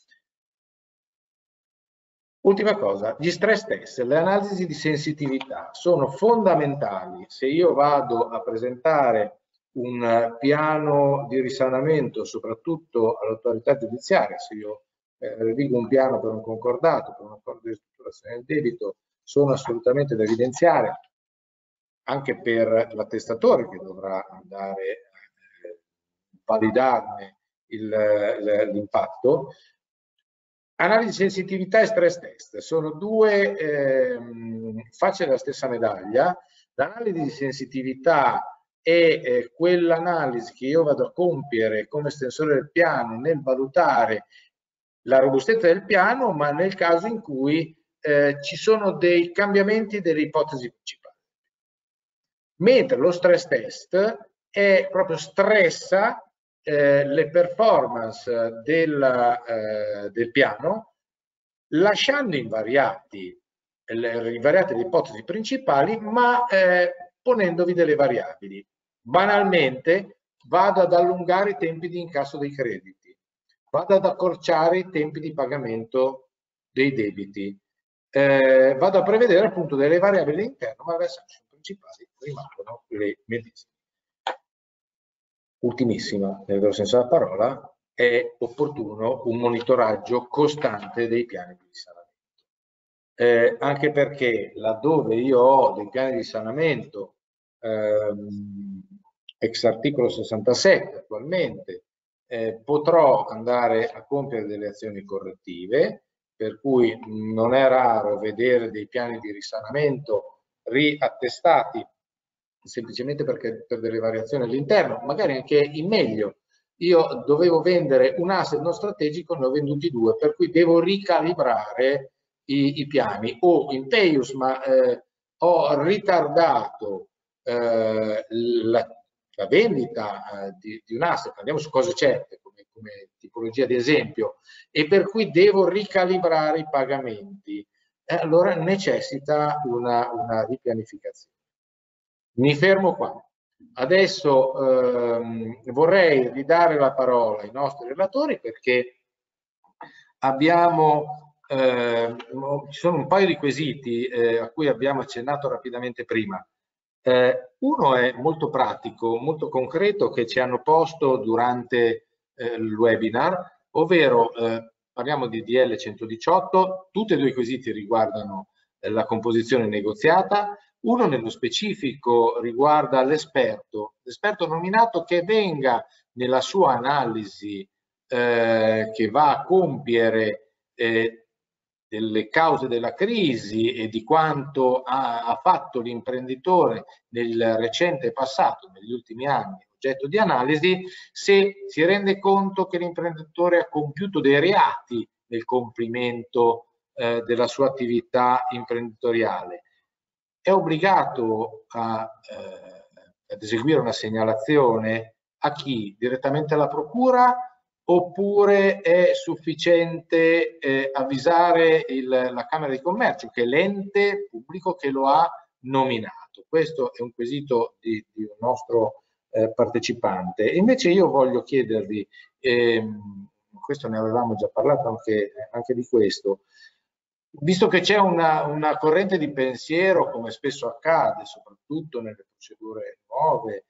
Ultima cosa, gli stress test, le analisi di sensitività sono fondamentali. Se io vado a presentare un piano di risanamento, soprattutto all'autorità giudiziaria, se io redigo un piano per un concordato, per un accordo di ristrutturazione del debito, sono assolutamente da evidenziare, anche per l'attestatore che dovrà andare a validarne l'impatto. Analisi di sensitività e stress test sono due facce della stessa medaglia. L'analisi di sensitività è quell'analisi che io vado a compiere come estensore del piano nel valutare la robustezza del piano, ma nel caso in cui ci sono dei cambiamenti delle ipotesi principali. Mentre lo stress test è proprio stressa le performance del piano, lasciando invariate le ipotesi principali, ma ponendovi delle variabili. Banalmente, vado ad allungare i tempi di incasso dei crediti, vado ad accorciare i tempi di pagamento dei debiti, vado a prevedere appunto delle variabili all'interno, ma le assumption principali rimangono le medesime. Ultimissima, nel vero senso della parola, è opportuno un monitoraggio costante dei piani di risanamento. Anche perché laddove io ho dei piani di risanamento ex articolo 67 attualmente, potrò andare a compiere delle azioni correttive, per cui non è raro vedere dei piani di risanamento riattestati semplicemente perché per delle variazioni all'interno, magari anche in meglio. Io dovevo vendere un asset non strategico, ne ho venduti due, per cui devo ricalibrare i piani, o in Peius, ma ho ritardato la vendita di un asset, andiamo su cose certe come tipologia di esempio, e per cui devo ricalibrare i pagamenti, allora necessita una ripianificazione. Mi fermo qua. Adesso vorrei ridare la parola ai nostri relatori perché ci sono un paio di quesiti a cui abbiamo accennato rapidamente prima. Uno è molto pratico, molto concreto, che ci hanno posto durante il webinar, ovvero parliamo di DL 118, tutti e due i quesiti riguardano la composizione negoziata. Uno nello specifico riguarda l'esperto nominato che venga nella sua analisi che va a compiere delle cause della crisi e di quanto ha fatto l'imprenditore nel recente passato, negli ultimi anni, oggetto di analisi, se si rende conto che l'imprenditore ha compiuto dei reati nel compimento della sua attività imprenditoriale. È obbligato ad eseguire una segnalazione a chi? Direttamente alla procura, oppure è sufficiente avvisare la Camera di Commercio, che è l'ente pubblico che lo ha nominato? Questo è un quesito di un nostro partecipante. Invece io voglio chiedervi, questo ne avevamo già parlato anche di questo, visto che c'è una corrente di pensiero, come spesso accade, soprattutto nelle procedure nuove,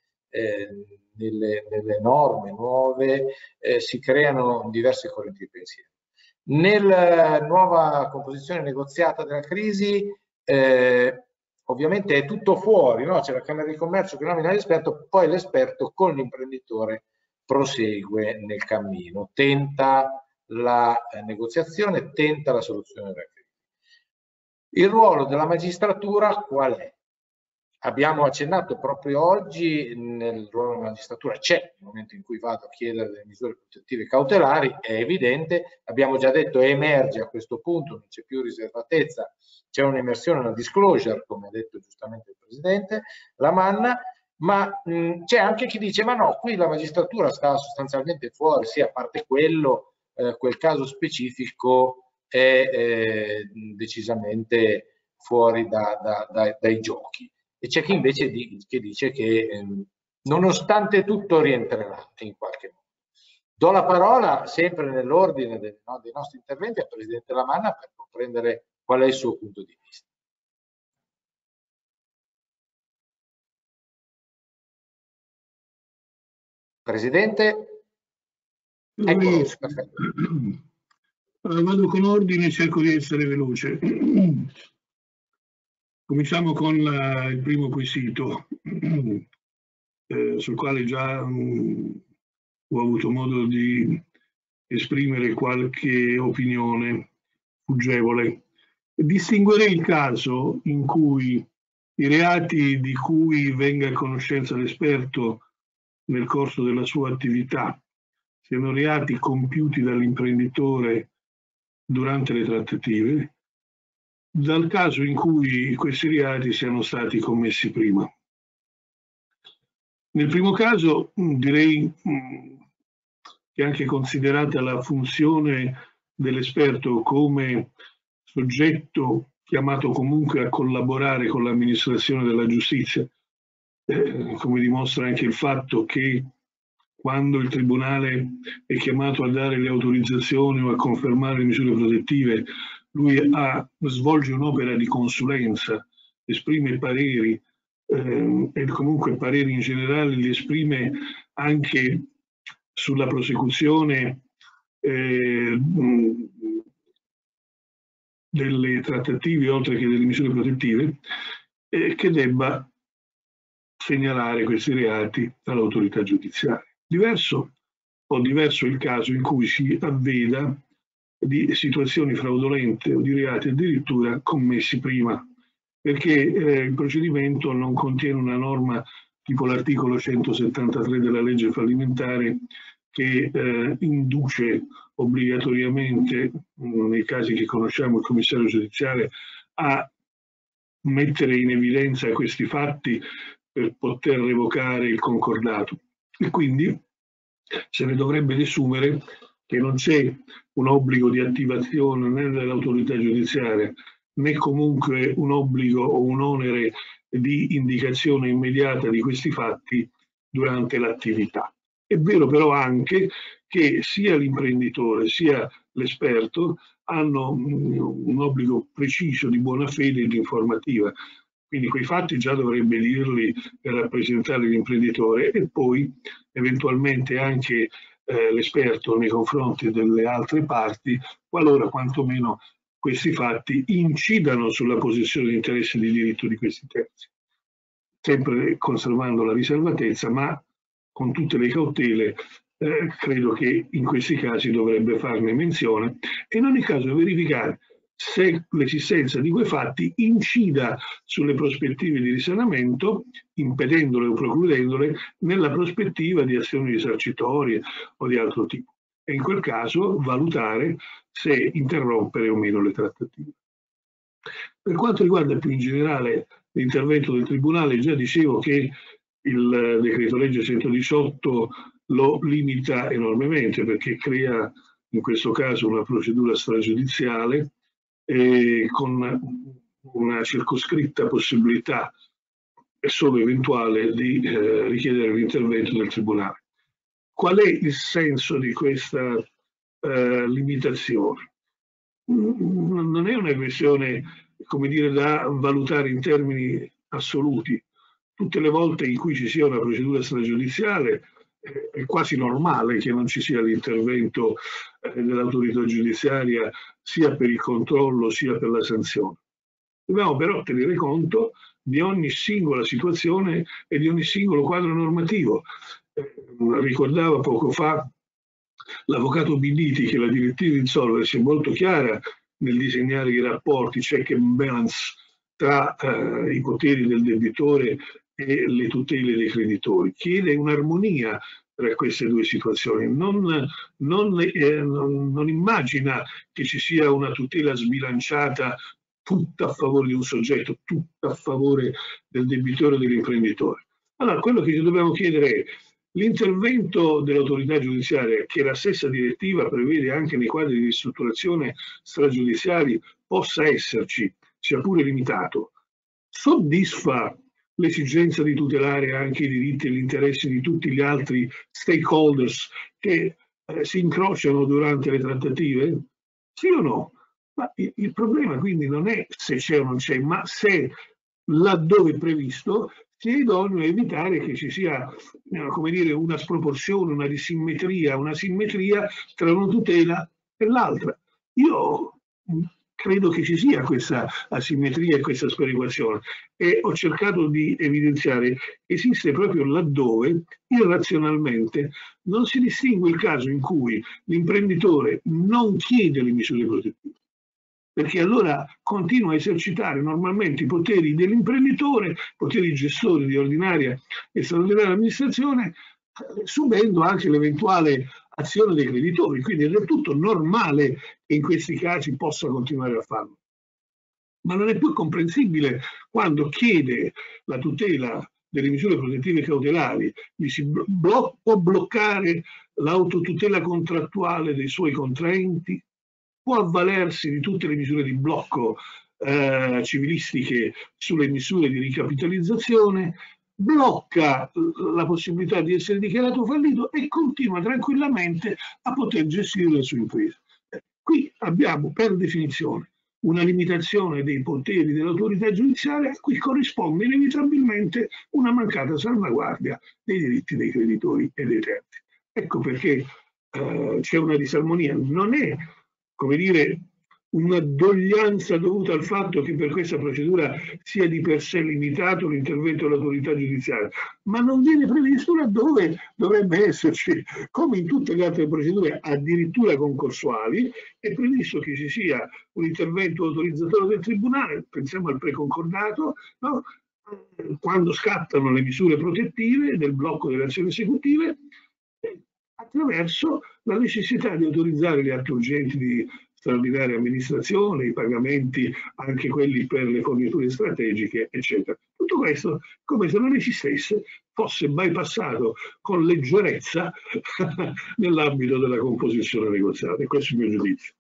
nelle norme nuove, si creano diverse correnti di pensiero. Nella nuova composizione negoziata della crisi, ovviamente è tutto fuori, no? C'è la Camera di Commercio che nomina l'esperto, poi l'esperto con l'imprenditore prosegue nel cammino, tenta la negoziazione, tenta la soluzione della crisi. Il ruolo della magistratura qual è? Abbiamo accennato proprio oggi, nel ruolo della magistratura c'è, nel momento in cui vado a chiedere delle misure protettive cautelari, è evidente, abbiamo già detto, emerge a questo punto, non c'è più riservatezza, c'è un'emersione, una disclosure, come ha detto giustamente il Presidente Lamanna, ma c'è anche chi dice, ma no, qui la magistratura sta sostanzialmente fuori, sì, a parte quello, quel caso specifico è decisamente fuori dai giochi. E c'è chi invece che dice che nonostante tutto rientrerà in qualche modo. Do la parola sempre nell'ordine dei nostri interventi al Presidente Lamanna per comprendere qual è il suo punto di vista. Presidente? Eccolo, perfetto. Vado con ordine e cerco di essere veloce. Cominciamo con il primo quesito, sul quale già ho avuto modo di esprimere qualche opinione fuggevole. Distinguerei il caso in cui i reati di cui venga a conoscenza l'esperto nel corso della sua attività siano reati compiuti dall'imprenditore durante le trattative, dal caso in cui questi reati siano stati commessi prima. Nel primo caso direi che anche considerata la funzione dell'esperto come soggetto chiamato comunque a collaborare con l'amministrazione della giustizia, come dimostra anche il fatto che quando il Tribunale è chiamato a dare le autorizzazioni o a confermare le misure protettive, lui svolge un'opera di consulenza, esprime pareri e comunque pareri in generale li esprime anche sulla prosecuzione delle trattative oltre che delle misure protettive, che debba segnalare questi reati all'autorità giudiziaria. Diverso il caso in cui si avveda di situazioni fraudolente o di reati addirittura commessi prima, perché il procedimento non contiene una norma tipo l'articolo 173 della legge fallimentare che induce obbligatoriamente, nei casi che conosciamo, il commissario giudiziario a mettere in evidenza questi fatti per poter revocare il concordato. E quindi se ne dovrebbe desumere che non c'è un obbligo di attivazione né dell'autorità giudiziaria né comunque un obbligo o un onere di indicazione immediata di questi fatti durante l'attività. È vero però anche che sia l'imprenditore sia l'esperto hanno un obbligo preciso di buona fede e di informativa. Quindi quei fatti già dovrebbe dirli per rappresentare l'imprenditore e poi eventualmente anche l'esperto nei confronti delle altre parti, qualora quantomeno questi fatti incidano sulla posizione di interesse di diritto di questi terzi, sempre conservando la riservatezza, ma con tutte le cautele. Credo che in questi casi dovrebbe farne menzione e in ogni caso verificare se l'esistenza di quei fatti incida sulle prospettive di risanamento, impedendole o precludendole nella prospettiva di azioni risarcitorie o di altro tipo. E in quel caso valutare se interrompere o meno le trattative. Per quanto riguarda più in generale l'intervento del Tribunale, già dicevo che il decreto legge 118 lo limita enormemente perché crea in questo caso una procedura stragiudiziale con una circoscritta possibilità solo eventuale di richiedere l'intervento del Tribunale. Qual è il senso di questa limitazione? Non è una questione, come dire, da valutare in termini assoluti. Tutte le volte in cui ci sia una procedura stragiudiziale è quasi normale che non ci sia l'intervento dell'autorità giudiziaria sia per il controllo sia per la sanzione. Dobbiamo però tenere conto di ogni singola situazione e di ogni singolo quadro normativo. Ricordava poco fa l'avvocato Biditi che la direttiva insolvency è molto chiara nel disegnare i rapporti check and balance tra i poteri del debitore e le tutele dei creditori. Chiede un'armonia tra queste due situazioni, non immagina che ci sia una tutela sbilanciata tutta a favore di un soggetto, tutta a favore del debitore o dell'imprenditore. Allora, quello che ci dobbiamo chiedere è l'intervento dell'autorità giudiziaria, che la stessa direttiva prevede anche nei quadri di ristrutturazione stragiudiziari, possa esserci, sia pure limitato, soddisfa l'esigenza di tutelare anche i diritti e gli interessi di tutti gli altri stakeholders che si incrociano durante le trattative? Sì o no? Ma il problema quindi non è se c'è o non c'è, ma se laddove previsto si è idoneo a evitare che ci sia, come dire, una sproporzione, una disimmetria, una simmetria tra una tutela e l'altra. Io credo che ci sia questa asimmetria e questa sperequazione e ho cercato di evidenziare che esiste proprio laddove irrazionalmente non si distingue il caso in cui l'imprenditore non chiede le misure protettive, perché allora continua a esercitare normalmente i poteri dell'imprenditore, poteri gestori di ordinaria e straordinaria amministrazione, subendo anche l'eventuale azione dei creditori, quindi è del tutto normale che in questi casi possa continuare a farlo. Ma non è più comprensibile quando chiede la tutela delle misure protettive cautelari, può bloccare l'autotutela contrattuale dei suoi contraenti, può avvalersi di tutte le misure di blocco civilistiche sulle misure di ricapitalizzazione, blocca la possibilità di essere dichiarato fallito e continua tranquillamente a poter gestire le sue imprese. Qui abbiamo per definizione una limitazione dei poteri dell'autorità giudiziaria a cui corrisponde inevitabilmente una mancata salvaguardia dei diritti dei creditori e dei terzi. Ecco perché c'è una disarmonia. Non è, come dire, una doglianza dovuta al fatto che per questa procedura sia di per sé limitato l'intervento dell'autorità giudiziaria, ma non viene previsto laddove dovrebbe esserci, come in tutte le altre procedure addirittura concorsuali, è previsto che ci sia un intervento autorizzatorio del Tribunale, pensiamo al preconcordato, no? Quando scattano le misure protettive del blocco delle azioni esecutive, attraverso la necessità di autorizzare gli atti urgenti di straordinaria amministrazione, i pagamenti, anche quelli per le forniture strategiche, eccetera. Tutto questo, come se non esistesse, fosse bypassato con leggerezza nell'ambito della composizione negoziale. Questo è il mio giudizio.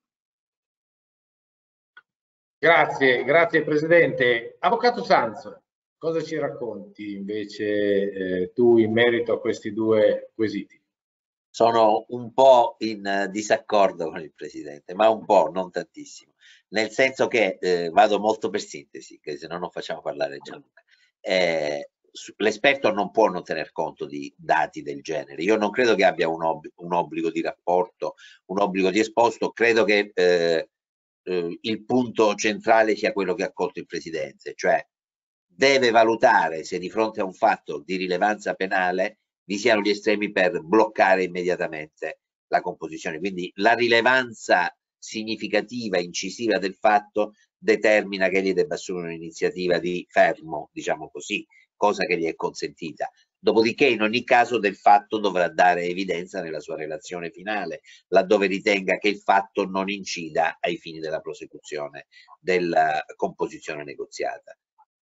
Grazie Presidente. Avvocato Sanzo, cosa ci racconti invece tu in merito a questi due quesiti? Sono un po' in disaccordo con il Presidente, ma un po', non tantissimo, nel senso che vado molto per sintesi, che se no non facciamo parlare Gianluca. l'esperto non può non tener conto di dati del genere. Io non credo che abbia un obbligo di rapporto, un obbligo di esposto, credo che il punto centrale sia quello che ha colto il Presidente, cioè deve valutare se di fronte a un fatto di rilevanza penale vi siano gli estremi per bloccare immediatamente la composizione. Quindi la rilevanza significativa, incisiva del fatto determina che egli debba assumere un'iniziativa di fermo, diciamo così, cosa che gli è consentita. Dopodiché in ogni caso del fatto dovrà dare evidenza nella sua relazione finale, laddove ritenga che il fatto non incida ai fini della prosecuzione della composizione negoziata.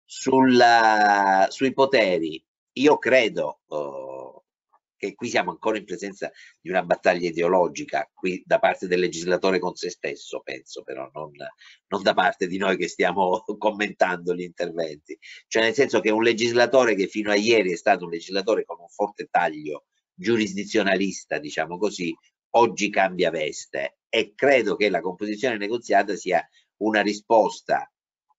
Sui poteri, io credo che qui siamo ancora in presenza di una battaglia ideologica, qui da parte del legislatore con se stesso, penso, però non da parte di noi che stiamo commentando gli interventi. Cioè nel senso che un legislatore che fino a ieri è stato un legislatore con un forte taglio giurisdizionalista, diciamo così, oggi cambia veste, e credo che la composizione negoziata sia una risposta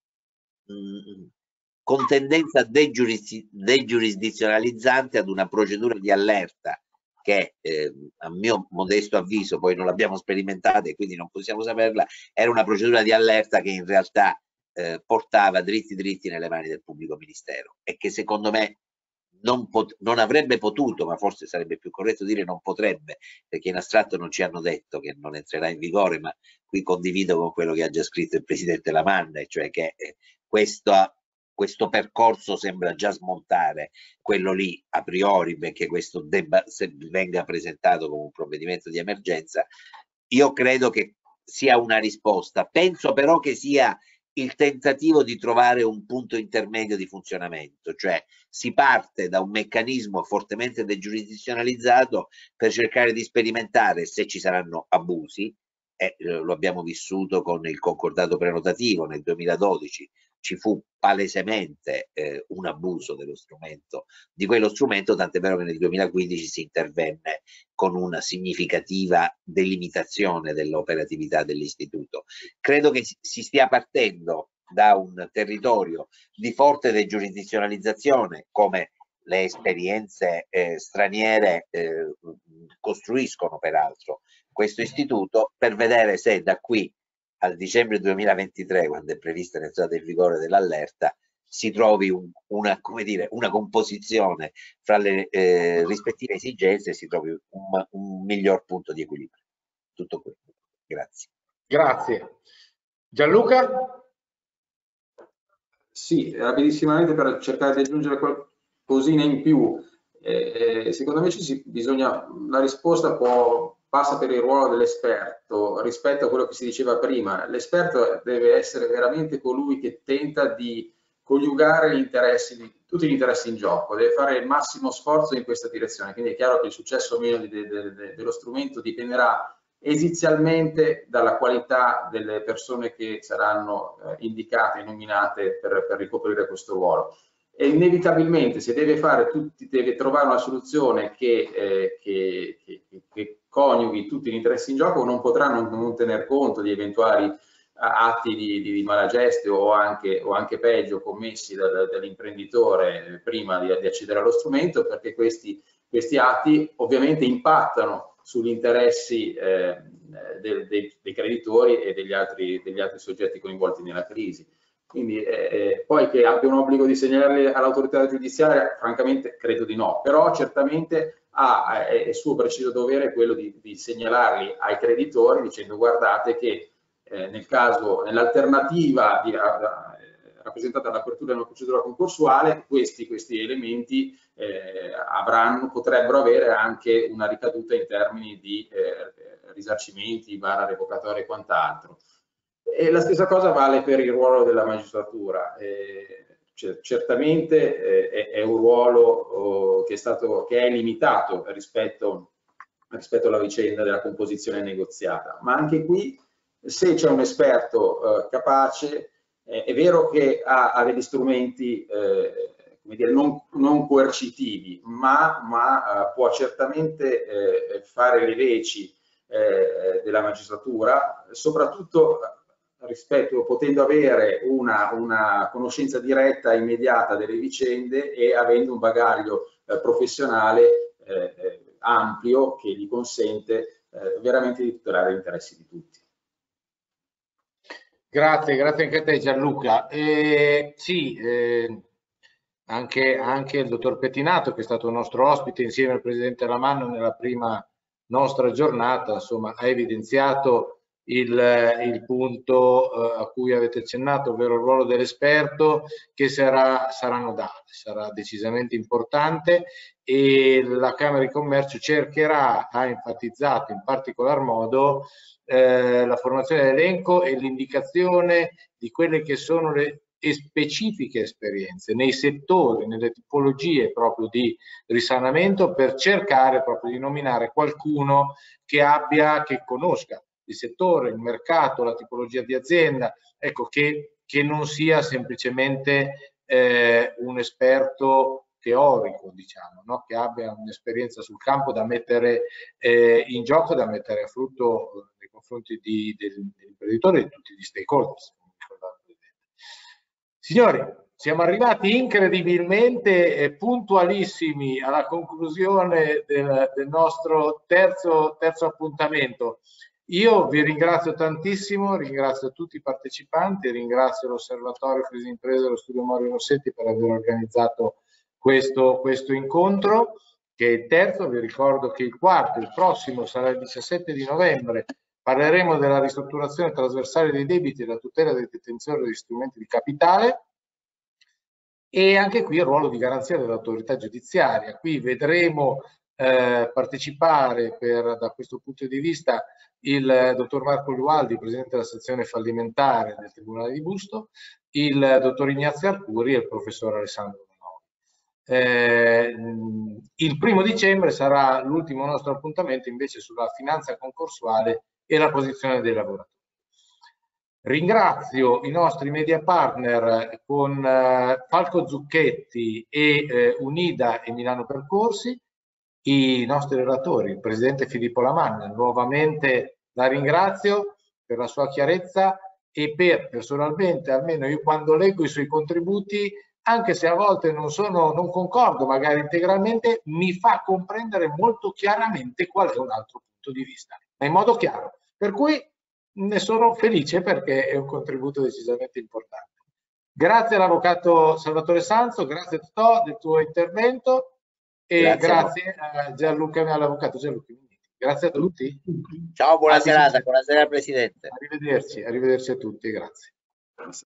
con tendenza degiurisdizionalizzante ad una procedura di allerta che a mio modesto avviso, poi non l'abbiamo sperimentata e quindi non possiamo saperla, era una procedura di allerta che in realtà portava dritti nelle mani del pubblico ministero, e che secondo me non avrebbe potuto, ma forse sarebbe più corretto dire non potrebbe, perché in astratto non ci hanno detto che non entrerà in vigore, ma qui condivido con quello che ha già scritto il Presidente Lamanna, e cioè che questo percorso sembra già smontare quello lì a priori, perché questo venga presentato come un provvedimento di emergenza. Io credo che sia una risposta, penso però che sia il tentativo di trovare un punto intermedio di funzionamento, cioè si parte da un meccanismo fortemente degiurisdizionalizzato per cercare di sperimentare se ci saranno abusi, lo abbiamo vissuto con il concordato prenotativo nel 2012, ci fu palesemente un abuso di quello strumento, tant'è vero che nel 2015 si intervenne con una significativa delimitazione dell'operatività dell'istituto. Credo che si stia partendo da un territorio di forte degiurisdizionalizzazione, come le esperienze straniere costruiscono peraltro questo istituto, per vedere se da qui al dicembre 2023, quando è prevista l'entrata in vigore dell'allerta, si trovi una composizione fra le rispettive esigenze e si trovi un miglior punto di equilibrio. Tutto qui. Grazie. Grazie. Gianluca? Sì, rapidissimamente per cercare di aggiungere qualcosina in più. Secondo me la risposta passa per il ruolo dell'esperto rispetto a quello che si diceva prima. L'esperto deve essere veramente colui che tenta di coniugare tutti gli interessi in gioco, deve fare il massimo sforzo in questa direzione. Quindi è chiaro che il successo o meno dello strumento dipenderà esizialmente dalla qualità delle persone che saranno indicate e nominate per ricoprire questo ruolo. E inevitabilmente, se deve trovare una soluzione che coniughi tutti gli interessi in gioco, non potrà non tener conto di eventuali atti di malageste o anche peggio commessi dall'imprenditore prima di accedere allo strumento, perché questi atti ovviamente impattano sugli interessi dei creditori e degli altri soggetti coinvolti nella crisi. Quindi poi che abbia un obbligo di segnalarli all'autorità giudiziaria, francamente credo di no, però certamente è suo preciso dovere quello di segnalarli ai creditori dicendo: guardate che nell'alternativa rappresentata dall'apertura di una procedura concorsuale, questi elementi potrebbero avere anche una ricaduta in termini di risarcimenti, revocatorie e quant'altro. E la stessa cosa vale per il ruolo della magistratura. Certamente è un ruolo che è limitato rispetto alla vicenda della composizione negoziata, ma anche qui, se c'è un esperto capace, è vero che ha degli strumenti come dire, non coercitivi, ma può certamente fare le veci della magistratura, soprattutto potendo avere una conoscenza diretta e immediata delle vicende e avendo un bagaglio professionale ampio che gli consente veramente di tutelare gli interessi di tutti. Grazie, grazie anche a te Gianluca. Sì, anche il dottor Pettinato, che è stato nostro ospite insieme al Presidente Lamanna nella prima nostra giornata, insomma, ha evidenziato il punto a cui avete accennato, ovvero il ruolo dell'esperto, che sarà nodale, sarà decisamente importante, e la Camera di Commercio cercherà, ha enfatizzato in particolar modo la formazione dell'elenco e l'indicazione di quelle che sono le specifiche esperienze nei settori, nelle tipologie proprio di risanamento, per cercare proprio di nominare qualcuno che conosca il settore, il mercato, la tipologia di azienda, ecco, che non sia semplicemente un esperto teorico, diciamo, no? Che abbia un'esperienza sul campo da mettere in gioco, da mettere a frutto nei confronti degli imprenditori e di tutti gli stakeholders. Signori, siamo arrivati incredibilmente puntualissimi alla conclusione del nostro terzo appuntamento. Io vi ringrazio tantissimo, ringrazio tutti i partecipanti, ringrazio l'Osservatorio Crisi Imprese dello Studio Mori Rossetti per aver organizzato questo incontro, che è il terzo. Vi ricordo che il quarto, il prossimo, sarà il 17 di novembre. Parleremo della ristrutturazione trasversale dei debiti e la tutela dei detentori degli strumenti di capitale, e anche qui il ruolo di garanzia dell'autorità giudiziaria. Qui vedremo partecipare da questo punto di vista il dottor Marco Lualdi, presidente della sezione fallimentare del Tribunale di Busto, il dottor Ignazio Arcuri e il professor Alessandro Novi. Il 1° dicembre sarà l'ultimo nostro appuntamento invece sulla finanza concorsuale e la posizione dei lavoratori. Ringrazio i nostri media partner con Falco Zucchetti e Unida e Milano Percorsi, i nostri relatori, il Presidente Filippo Lamanna. Nuovamente la ringrazio per la sua chiarezza e personalmente, almeno io quando leggo i suoi contributi, anche se a volte non concordo magari integralmente, mi fa comprendere molto chiaramente qual è un altro punto di vista, ma in modo chiaro. Per cui ne sono felice, perché è un contributo decisamente importante. Grazie all'Avvocato Salvatore Sanzo, grazie Totò del tuo intervento, e grazie a Gianluca, all'Avvocato Gianluca. Grazie a tutti. Ciao, buona serata, buonasera Presidente. Arrivederci a tutti, grazie.